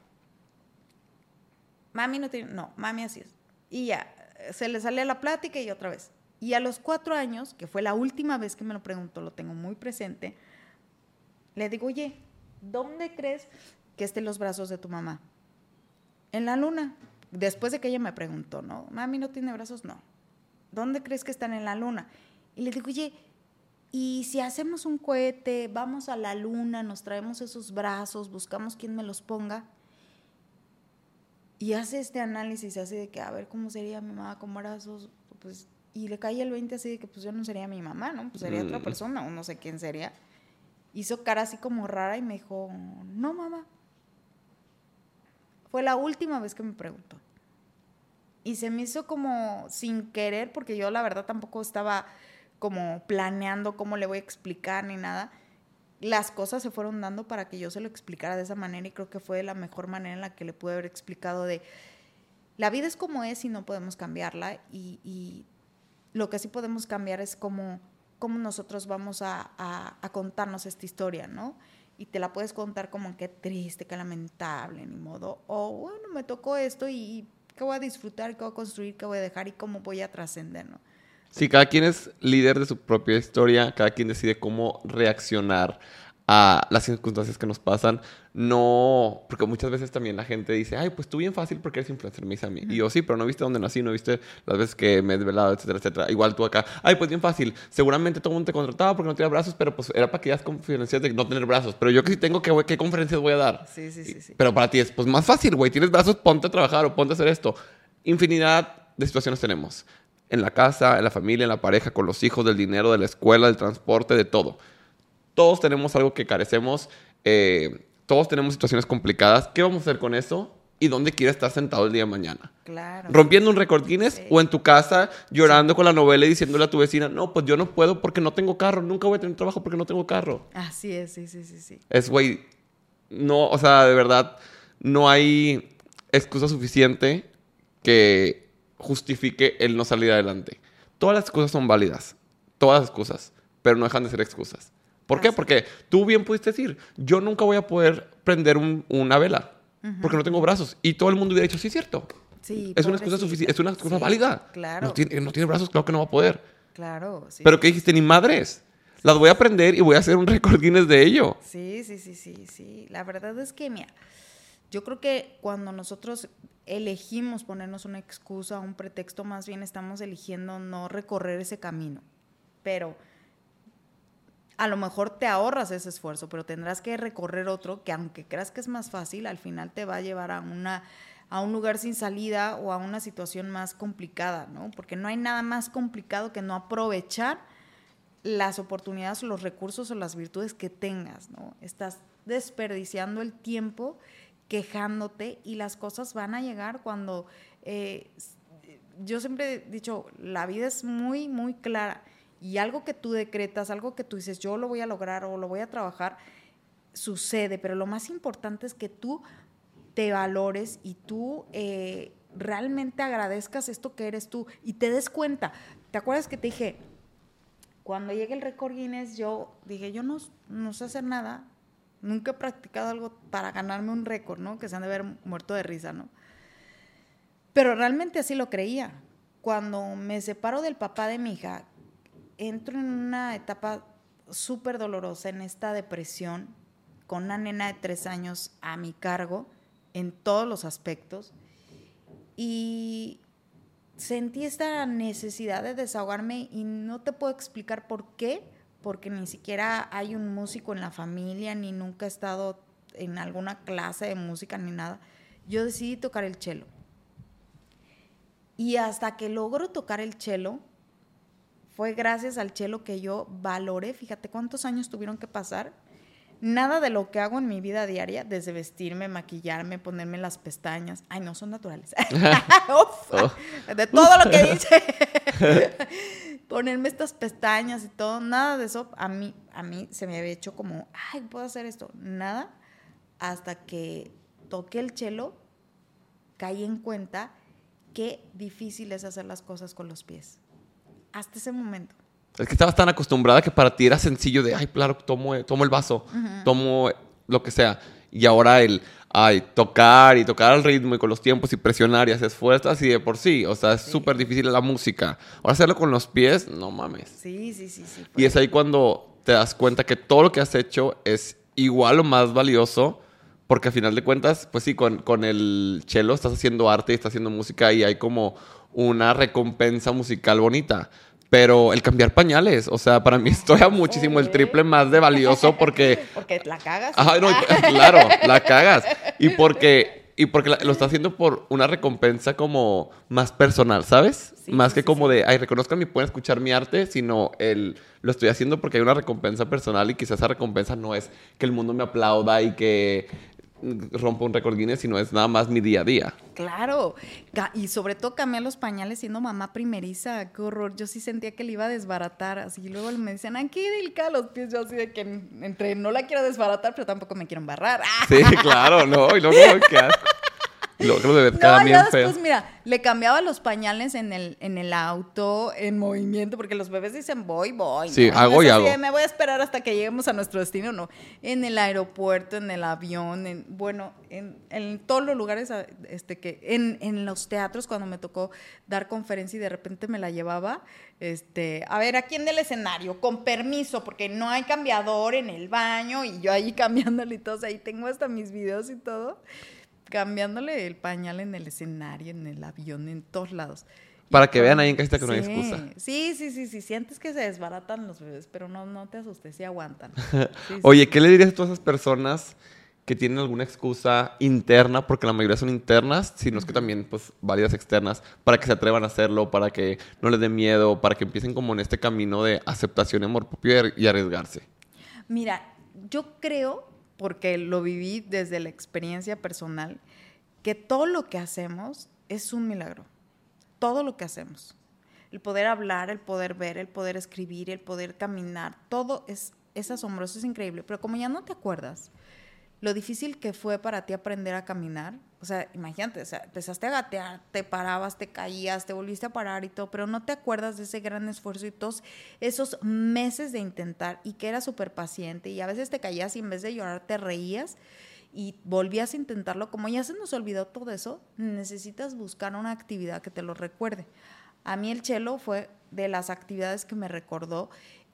Mami no tiene, no, mami así es. Y ya, se le salía la plática y otra vez. Y a los 4 años, que fue la última vez que me lo preguntó, lo tengo muy presente, le digo, oye, ¿dónde crees que estén los brazos de tu mamá? En la luna. Después de que ella me preguntó, ¿no? Mami no tiene brazos, no. ¿Dónde crees que están? En la luna? Y le digo, oye, ¿y si hacemos un cohete, vamos a la luna, nos traemos esos brazos, buscamos quién me los ponga? Y hace este análisis así de que, a ver, ¿cómo sería mi mamá con brazos? Pues, y le cae el 20 así de que, pues yo no sería mi mamá, ¿no? Pues sería otra persona o no sé quién sería. Hizo cara así como rara y me dijo, no, mamá. Fue la última vez que me preguntó. Y se me hizo como sin querer, porque yo la verdad tampoco estaba como planeando cómo le voy a explicar ni nada. Las cosas se fueron dando para que yo se lo explicara de esa manera y creo que fue la mejor manera en la que le pude haber explicado de la vida es como es y no podemos cambiarla y lo que sí podemos cambiar es cómo nosotros vamos a contarnos esta historia, ¿no? Y te la puedes contar como qué triste, qué lamentable, ni modo. O bueno, me tocó esto y qué voy a disfrutar, qué voy a construir, qué voy a dejar y cómo voy a trascender, ¿no? Sí, cada quien es líder de su propia historia, cada quien decide cómo reaccionar a las circunstancias que nos pasan. No, porque muchas veces también la gente dice, ay, pues tú bien fácil porque eres influencer, me dice a mí. Y yo, sí, pero no viste dónde nací, no viste las veces que me he desvelado, etcétera, etcétera. Igual tú acá, ay, pues bien fácil. Seguramente todo el mundo te contrataba porque no tenía brazos, pero pues era para que das conferencias de no tener brazos. Pero yo que sí tengo, ¿qué conferencias voy a dar? Sí. Pero para ti es, pues más fácil, güey. Tienes brazos, ponte a trabajar o ponte a hacer esto. Infinidad de situaciones tenemos. En la casa, en la familia, en la pareja, con los hijos, del dinero, de la escuela, del transporte, de todo. Todos tenemos algo que carecemos. Todos tenemos situaciones complicadas. ¿Qué vamos a hacer con eso? ¿Y dónde quieres estar sentado el día de mañana? Claro. ¿Rompiendo un récord Guinness? ¿O en tu casa llorando con la novela y diciéndole a tu vecina, no, pues yo no puedo porque no tengo carro. Nunca voy a tener trabajo porque no tengo carro? Así es, sí. Es, güey, no, o sea, de verdad, no hay excusa suficiente que justifique el no salir adelante. Todas las excusas son válidas. Todas las excusas. Pero no dejan de ser excusas. ¿Por qué? Porque tú bien pudiste decir, yo nunca voy a poder prender una vela. Porque no tengo brazos. Y todo el mundo hubiera dicho, sí, es cierto. Sí, es una excusa suficiente. Es una excusa válida. Claro. No tiene brazos, claro que no va a poder. Claro, sí. Pero ¿qué dijiste? Ni madres. Las voy a aprender y voy a hacer un récord Guinness de ello. Sí. La verdad es que, mira, yo creo que cuando nosotros elegimos ponernos una excusa, un pretexto, más bien estamos eligiendo no recorrer ese camino. Pero a lo mejor te ahorras ese esfuerzo, pero tendrás que recorrer otro que aunque creas que es más fácil, al final te va a llevar a un lugar sin salida o a una situación más complicada, ¿no? Porque no hay nada más complicado que no aprovechar las oportunidades o los recursos o las virtudes que tengas, ¿no? Estás desperdiciando el tiempo quejándote y las cosas van a llegar cuando... yo siempre he dicho, la vida es muy, muy clara y algo que tú decretas, algo que tú dices, yo lo voy a lograr o lo voy a trabajar, sucede, pero lo más importante es que tú te valores y tú realmente agradezcas esto que eres tú y te des cuenta. ¿Te acuerdas que te dije, cuando llegue el récord Guinness, yo dije, yo no sé hacer nada, nunca he practicado algo para ganarme un récord, ¿no? Que se han de haber muerto de risa, ¿no? Pero realmente así lo creía. Cuando me separo del papá de mi hija, entro en una etapa súper dolorosa, en esta depresión, con una nena de 3 años a mi cargo, en todos los aspectos, y sentí esta necesidad de desahogarme y no te puedo explicar por qué, porque ni siquiera hay un músico en la familia, ni nunca he estado en alguna clase de música ni nada. Yo decidí tocar el cello. Y hasta que logro tocar el cello, fue gracias al cello que yo valoré, fíjate cuántos años tuvieron que pasar. Nada de lo que hago en mi vida diaria, desde vestirme, maquillarme, ponerme las pestañas, ay no, son naturales. De todo lo que hice. Ponerme estas pestañas y todo, nada de eso a mí se me había hecho como, ay, puedo hacer esto. Nada, hasta que toqué el cello, caí en cuenta qué difícil es hacer las cosas con los pies. Hasta ese momento. Es que estabas tan acostumbrada que para ti era sencillo de, ay, claro, tomo el vaso, tomo lo que sea. Y ahora tocar al ritmo y con los tiempos y presionar y hacer fuerzas y de por sí. O sea, es súper difícil la música. Ahora hacerlo con los pies, no mames. Sí. Y es ahí cuando te das cuenta que todo lo que has hecho es igual o más valioso. Porque al final de cuentas, pues sí, con el cello estás haciendo arte y estás haciendo música y hay como una recompensa musical bonita. Pero el cambiar pañales, o sea, para mí es todavía muchísimo el triple más de valioso porque... Porque la cagas. Ajá, no, claro, la cagas. Y porque lo estás haciendo por una recompensa como más personal, ¿sabes? Sí, más que sí, como sí. de, ay, reconozcan y pueden escuchar mi arte, sino lo estoy haciendo porque hay una recompensa personal y quizás esa recompensa no es que el mundo me aplauda y que rompa un récord Guinness, sino es nada más mi día a día. Claro, y sobre todo cambiar los pañales siendo mamá primeriza, qué horror, yo sí sentía que le iba a desbaratar, así, y luego me decían, ay, qué delicada los pies, yo así de que entre no la quiero desbaratar, pero tampoco me quiero embarrar. Sí, claro, no, y luego ¿qué haces? Y luego que los bebés quedan bien feos. Después, mira, le cambiaba los pañales en el auto, en movimiento, porque los bebés dicen voy. Sí, ¿no? hago y hago. Me voy a esperar hasta que lleguemos a nuestro destino, no. En el aeropuerto, en el avión, en todos los lugares, en los teatros, cuando me tocó dar conferencia y de repente me la llevaba, a ver, aquí en el escenario, con permiso, porque no hay cambiador en el baño, y yo ahí cambiándole y todo, o sea, ahí tengo hasta mis videos y todo, cambiándole el pañal en el escenario, en el avión, en todos lados. Para que vean ahí en casita que no hay excusa. Sí. Sientes que se desbaratan los bebés, pero no te asustes, sí aguantan. Oye, ¿qué le dirías a todas esas personas que tienen alguna excusa interna, porque la mayoría son internas, sino es que también, pues, varias externas, para que se atrevan a hacerlo, para que no les dé miedo, para que empiecen como en este camino de aceptación y amor propio y arriesgarse? Mira, yo creo, porque lo viví desde la experiencia personal, que todo lo que hacemos es un milagro. Todo lo que hacemos. El poder hablar, el poder ver, el poder escribir, el poder caminar, todo es asombroso, es increíble. Pero como ya no te acuerdas lo difícil que fue para ti aprender a caminar, o sea, imagínate, o sea, empezaste a gatear, te parabas, te caías, te volviste a parar y todo, pero no te acuerdas de ese gran esfuerzo y todos esos meses de intentar y que eras súper paciente y a veces te caías y en vez de llorar te reías y volvías a intentarlo. Como ya se nos olvidó todo eso, necesitas buscar una actividad que te lo recuerde. A mí el cello fue de las actividades que me recordó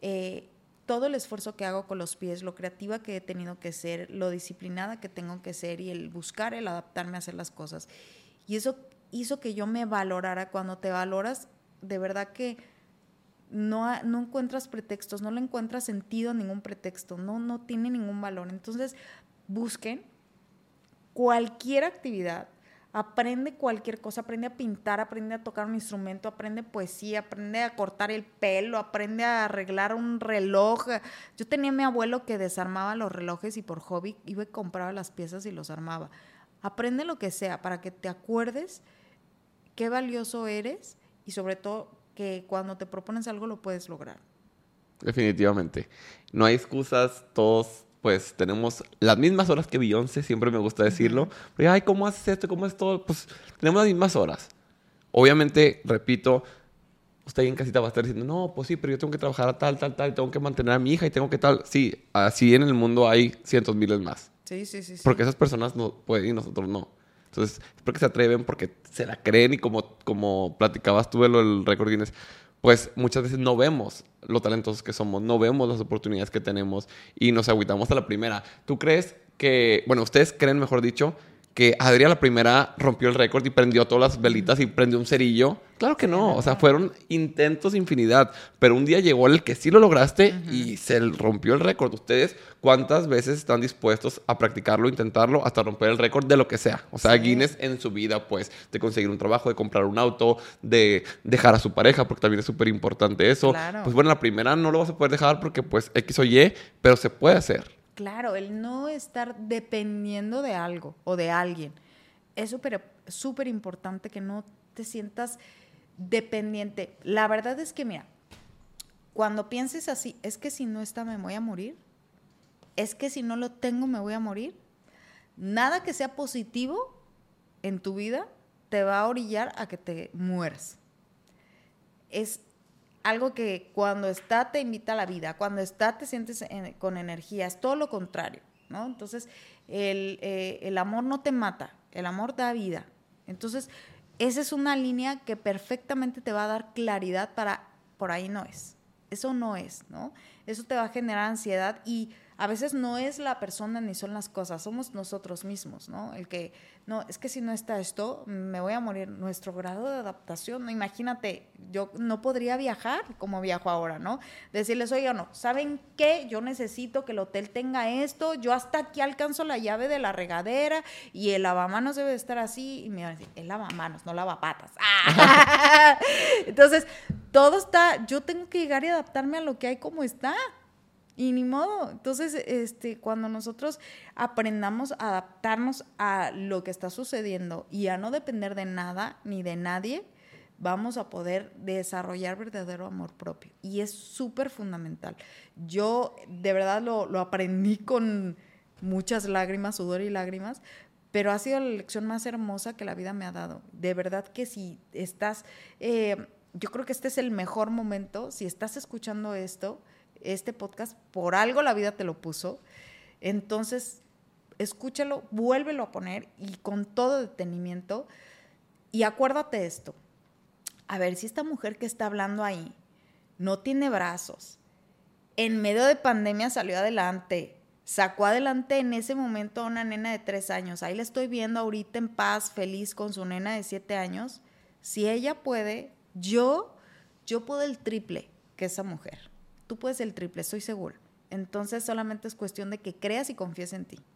todo el esfuerzo que hago con los pies, lo creativa que he tenido que ser, lo disciplinada que tengo que ser y el buscar, el adaptarme a hacer las cosas. Y eso hizo que yo me valorara. Cuando te valoras, de verdad que no encuentras pretextos, no le encuentras sentido a ningún pretexto, no tiene ningún valor. Entonces, busquen cualquier actividad, aprende cualquier cosa, aprende a pintar, aprende a tocar un instrumento, aprende poesía, aprende a cortar el pelo, aprende a arreglar un reloj. Yo tenía a mi abuelo que desarmaba los relojes y por hobby iba y compraba las piezas y los armaba. Aprende lo que sea para que te acuerdes qué valioso eres y sobre todo que cuando te propones algo lo puedes lograr. Definitivamente. No hay excusas, todos pues tenemos las mismas horas que Beyoncé, siempre me gusta decirlo. Pero, ay, ¿cómo haces esto? ¿Cómo es todo? Pues tenemos las mismas horas. Obviamente, repito, usted ahí en casita va a estar diciendo, no, pues sí, pero yo tengo que trabajar a tal, tengo que mantener a mi hija y tengo que tal. Sí, así en el mundo hay cientos miles más. Sí. Porque esas personas no pueden y nosotros no. Entonces, es porque se atreven, porque se la creen y como platicabas tú de lo del récord Guinness, pues muchas veces no vemos lo talentosos que somos, no vemos las oportunidades que tenemos y nos agüitamos a la primera. ¿Tú crees que, bueno, ustedes creen, mejor dicho, que Adri a la primera rompió el récord y prendió todas las velitas y prendió un cerillo? Claro que no, o sea, fueron intentos infinidad, pero un día llegó el que sí lo lograste y se rompió el récord. ¿Ustedes cuántas veces están dispuestos a practicarlo, intentarlo, hasta romper el récord de lo que sea? O sea, Guinness en su vida, pues, de conseguir un trabajo, de comprar un auto, de dejar a su pareja, porque también es súper importante eso. Claro. Pues bueno, la primera no lo vas a poder dejar porque, pues, X o Y, pero se puede hacer. Claro, el no estar dependiendo de algo o de alguien. Es súper importante que no te sientas dependiente. La verdad es que, mira, cuando pienses así, es que si no está me voy a morir, es que si no lo tengo me voy a morir, nada que sea positivo en tu vida te va a orillar a que te mueras. Es algo que cuando está te invita a la vida, cuando está te sientes con energía, es todo lo contrario, ¿no? Entonces, el amor no te mata, el amor da vida. Entonces, esa es una línea que perfectamente te va a dar claridad para, por ahí no es, eso no es, ¿no? Eso te va a generar ansiedad y a veces no es la persona ni son las cosas, somos nosotros mismos, ¿no? El que, no, es que si no está esto, me voy a morir. Nuestro grado de adaptación, ¿no? Imagínate, yo no podría viajar como viajo ahora, ¿no? Decirles, oye, no, ¿saben qué? Yo necesito que el hotel tenga esto, yo hasta aquí alcanzo la llave de la regadera y el lavamanos debe de estar así. Y me van a decir, el lavamanos, no lavapatas. Entonces, todo está, yo tengo que llegar y adaptarme a lo que hay como está. Y ni modo. Entonces, cuando nosotros aprendamos a adaptarnos a lo que está sucediendo y a no depender de nada ni de nadie, vamos a poder desarrollar verdadero amor propio. Y es súper fundamental. Yo de verdad lo aprendí con muchas lágrimas, sudor y lágrimas, pero ha sido la lección más hermosa que la vida me ha dado. De verdad que si estás, yo creo que este es el mejor momento, si estás escuchando este podcast, por algo la vida te lo puso, entonces escúchalo, vuélvelo a poner y con todo detenimiento y acuérdate esto, a ver, si esta mujer que está hablando ahí no tiene brazos, en medio de pandemia salió adelante, sacó adelante en ese momento a una nena de 3 años, ahí la estoy viendo ahorita en paz, feliz con su nena de 7 años, si ella puede, yo puedo el triple que esa mujer. Tú puedes el triple, estoy segura. Entonces solamente es cuestión de que creas y confíes en ti.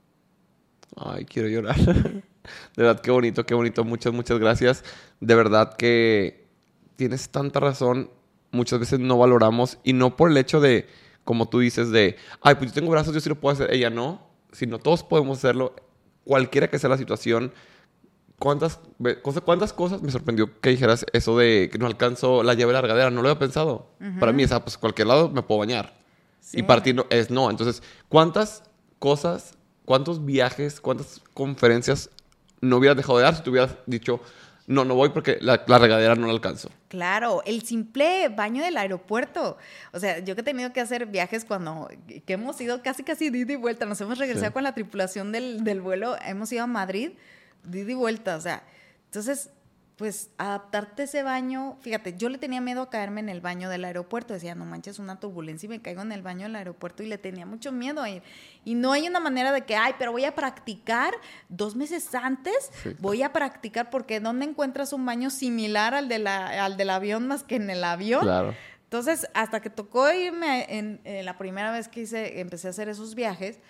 Ay, quiero llorar. De verdad, qué bonito, qué bonito. Muchas, muchas gracias. De verdad que tienes tanta razón. Muchas veces no valoramos y no por el hecho de, como tú dices, de, ay, pues yo tengo brazos, yo sí lo puedo hacer. Ella no, sino todos podemos hacerlo. Cualquiera que sea la situación. ¿Cuántas cosas me sorprendió que dijeras eso de que no alcanzo la llave de la regadera? No lo había pensado. Uh-huh. Para mí, pues cualquier lado me puedo bañar. Sí. Y partir no. Entonces, ¿cuántas cosas, cuántos viajes, cuántas conferencias no hubieras dejado de dar si te hubieras dicho, no voy porque la regadera no la alcanzo? Claro, el simple baño del aeropuerto. O sea, yo que he tenido que hacer viajes que hemos ido casi de ida y vuelta. Nos hemos regresado sí. Con la tripulación del vuelo. Hemos ido a Madrid de ida y vuelta, o sea, entonces, pues, adaptarte a ese baño, fíjate, yo le tenía miedo a caerme en el baño del aeropuerto, decía, no manches, una turbulencia y me caigo en el baño del aeropuerto, y le tenía mucho miedo a ir, y no hay una manera de que, pero voy a practicar 2 meses antes, sí. Voy a practicar, porque ¿dónde encuentras un baño similar al del avión más que en el avión? Claro. Entonces, hasta que tocó irme en la primera vez que empecé a hacer esos viajes,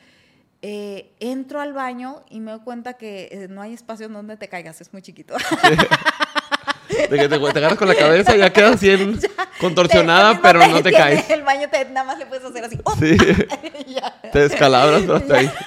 entro al baño y me doy cuenta que no hay espacio en donde te caigas, es muy chiquito. Sí. De que te agarras con la cabeza y ya quedas así contorsionada, pero no te caes. El baño nada más le puedes hacer así. ¡Oh! Sí. Te descalabras, pero hasta ahí.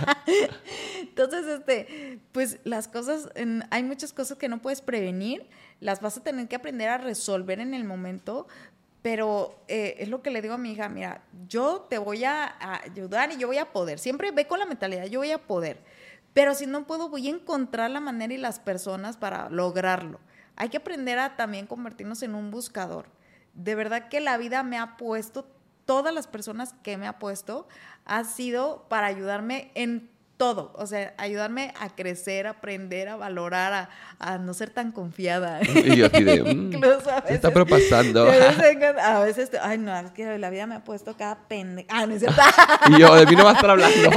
Entonces, pues las cosas, hay muchas cosas que no puedes prevenir, las vas a tener que aprender a resolver en el momento. Pero es lo que le digo a mi hija, mira, yo te voy a ayudar y yo voy a poder. Siempre ve con la mentalidad, yo voy a poder. Pero si no puedo, voy a encontrar la manera y las personas para lograrlo. Hay que aprender a también convertirnos en un buscador. De verdad que la vida me ha puesto, todas las personas que me ha puesto, ha sido para ayudarme en todo, o sea, ayudarme a crecer, a aprender, a valorar, a no ser tan confiada. Y yo así de, incluso a veces, ¿qué está pasando? A veces, ay no, es que la vida me ha puesto cada pendeja. No es cierto. Y yo, de mí no va a estar hablando.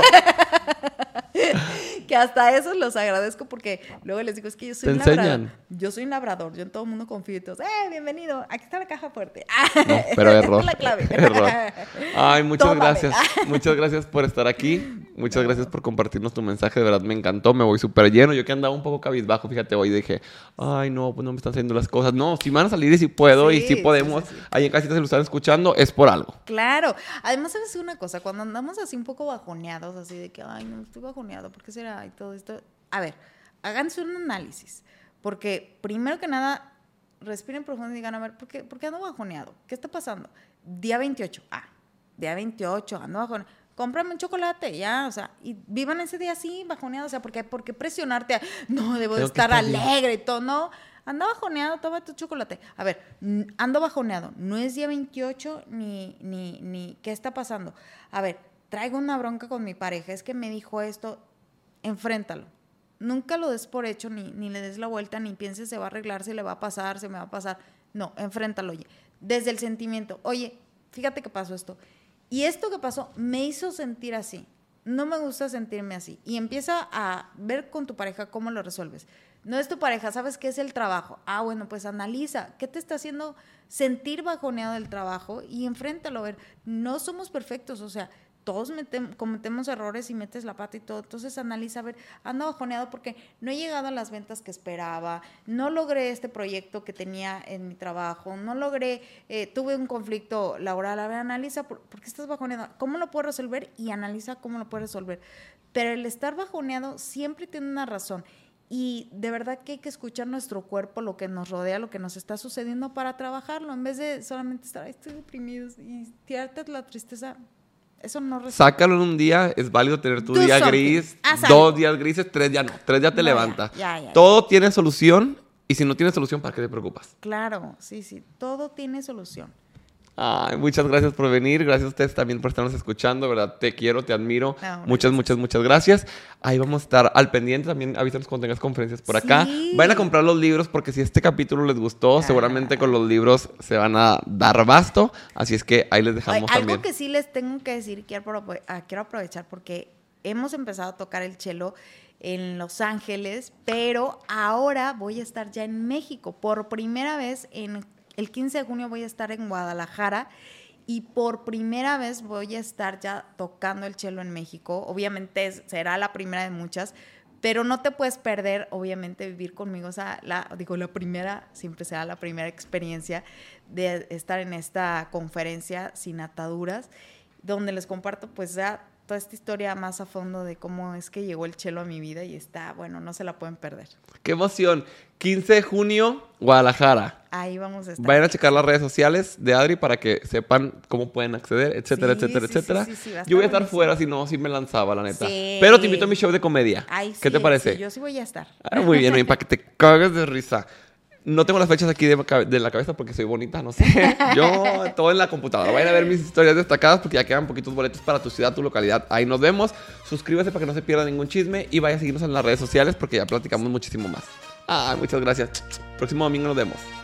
Que hasta eso los agradezco porque luego les digo, es que yo soy un labrador. Yo soy un labrador, yo en todo el mundo confío y todos, bienvenido, aquí está la caja fuerte. No, pero error. Esta es la clave. Error. Ay, muchas gracias. Muchas gracias por estar aquí. Muchas gracias por compartirnos tu mensaje. De verdad me encantó, me voy súper lleno. Yo que andaba un poco cabizbajo, fíjate, hoy dije, ay, no, pues no me están saliendo las cosas. No, si van a salir y si puedo y si podemos. Sí. Ahí en casita se lo están escuchando, es por algo. Claro. Además, ¿sabes una cosa? Cuando andamos así un poco bajoneados, así de que, ay, no, estoy bajoneado, ¿por qué será? Y todo esto. A ver, háganse un análisis. Porque, primero que nada, respiren profundo y digan, a ver, ¿por qué ando bajoneado? ¿Qué está pasando? Día 28. Día 28, ando bajoneado. cómprame un chocolate, ya, o sea, y vivan ese día así, bajoneados, o sea, ¿por qué presionarte? No, debo de estar alegre y todo, no, anda bajoneado, toma tu chocolate. A ver, ando bajoneado, no es día 28 ni ¿qué está pasando? A ver, traigo una bronca con mi pareja, es que me dijo esto, enfréntalo. Nunca lo des por hecho, ni le des la vuelta, ni pienses se va a arreglar, se le va a pasar, se me va a pasar. No, enfréntalo, oye, desde el sentimiento, oye, fíjate que pasó esto. Y esto que pasó me hizo sentir así. No me gusta sentirme así. Y empieza a ver con tu pareja cómo lo resuelves. No es tu pareja, ¿sabes qué es el trabajo? Bueno, pues analiza. ¿Qué te está haciendo sentir bajoneado del trabajo? Y enfréntalo. A ver, no somos perfectos, o sea, todos cometemos errores y metes la pata y todo. Entonces analiza, a ver, ando bajoneado porque no he llegado a las ventas que esperaba, no logré este proyecto que tenía en mi trabajo, no logré, tuve un conflicto laboral. A ver, analiza por qué estás bajoneado, cómo lo puedo resolver y analiza cómo lo puedes resolver. Pero el estar bajoneado siempre tiene una razón. Y de verdad que hay que escuchar nuestro cuerpo, lo que nos rodea, lo que nos está sucediendo para trabajarlo, en vez de solamente estar, estoy deprimido y tirarte la tristeza. Eso no resulta. Sácalo en un día, es válido tener tu día gris, 2 días grises, 3 ya no, 3 ya te levanta. Ya. Todo tiene solución y si no tiene solución, ¿para qué te preocupas? Claro, sí, todo tiene solución. Ay, muchas gracias por venir, gracias a ustedes también por estarnos escuchando, ¿verdad? Te quiero, te admiro. No, muchas gracias. Ahí vamos a estar al pendiente, también avísanos cuando tengas conferencias por acá. Vayan a comprar los libros porque si este capítulo les gustó, seguramente con los libros se van a dar basto, así es que ahí les dejamos también. Algo que sí les tengo que decir, quiero aprovechar porque hemos empezado a tocar el cello en Los Ángeles, pero ahora voy a estar ya en México, por primera vez el 15 de junio voy a estar en Guadalajara y por primera vez voy a estar ya tocando el cello en México. Obviamente será la primera de muchas, pero no te puedes perder, obviamente, vivir conmigo. O sea, la primera, siempre será la primera experiencia de estar en esta conferencia sin ataduras, donde les comparto pues ya toda esta historia más a fondo de cómo es que llegó el cello a mi vida y no se la pueden perder. ¡Qué emoción! 15 de junio, Guadalajara. Ahí vamos a estar. Vayan a checar las redes sociales de Adri para que sepan cómo pueden acceder, etcétera. Sí, Yo voy a estar fuera, si no, sí me lanzaba, la neta. Sí. Pero te invito a mi show de comedia. ¿Qué te parece? Sí, yo sí voy a estar. Muy bien, para que te cagues de risa. No tengo las fechas aquí de la cabeza porque soy bonita, no sé. Yo, todo en la computadora. Vayan a ver mis historias destacadas porque ya quedan poquitos boletos para tu ciudad, tu localidad. Ahí nos vemos. Suscríbase para que no se pierda ningún chisme y vaya a seguirnos en las redes sociales porque ya platicamos muchísimo más. Muchas gracias. Próximo domingo nos vemos.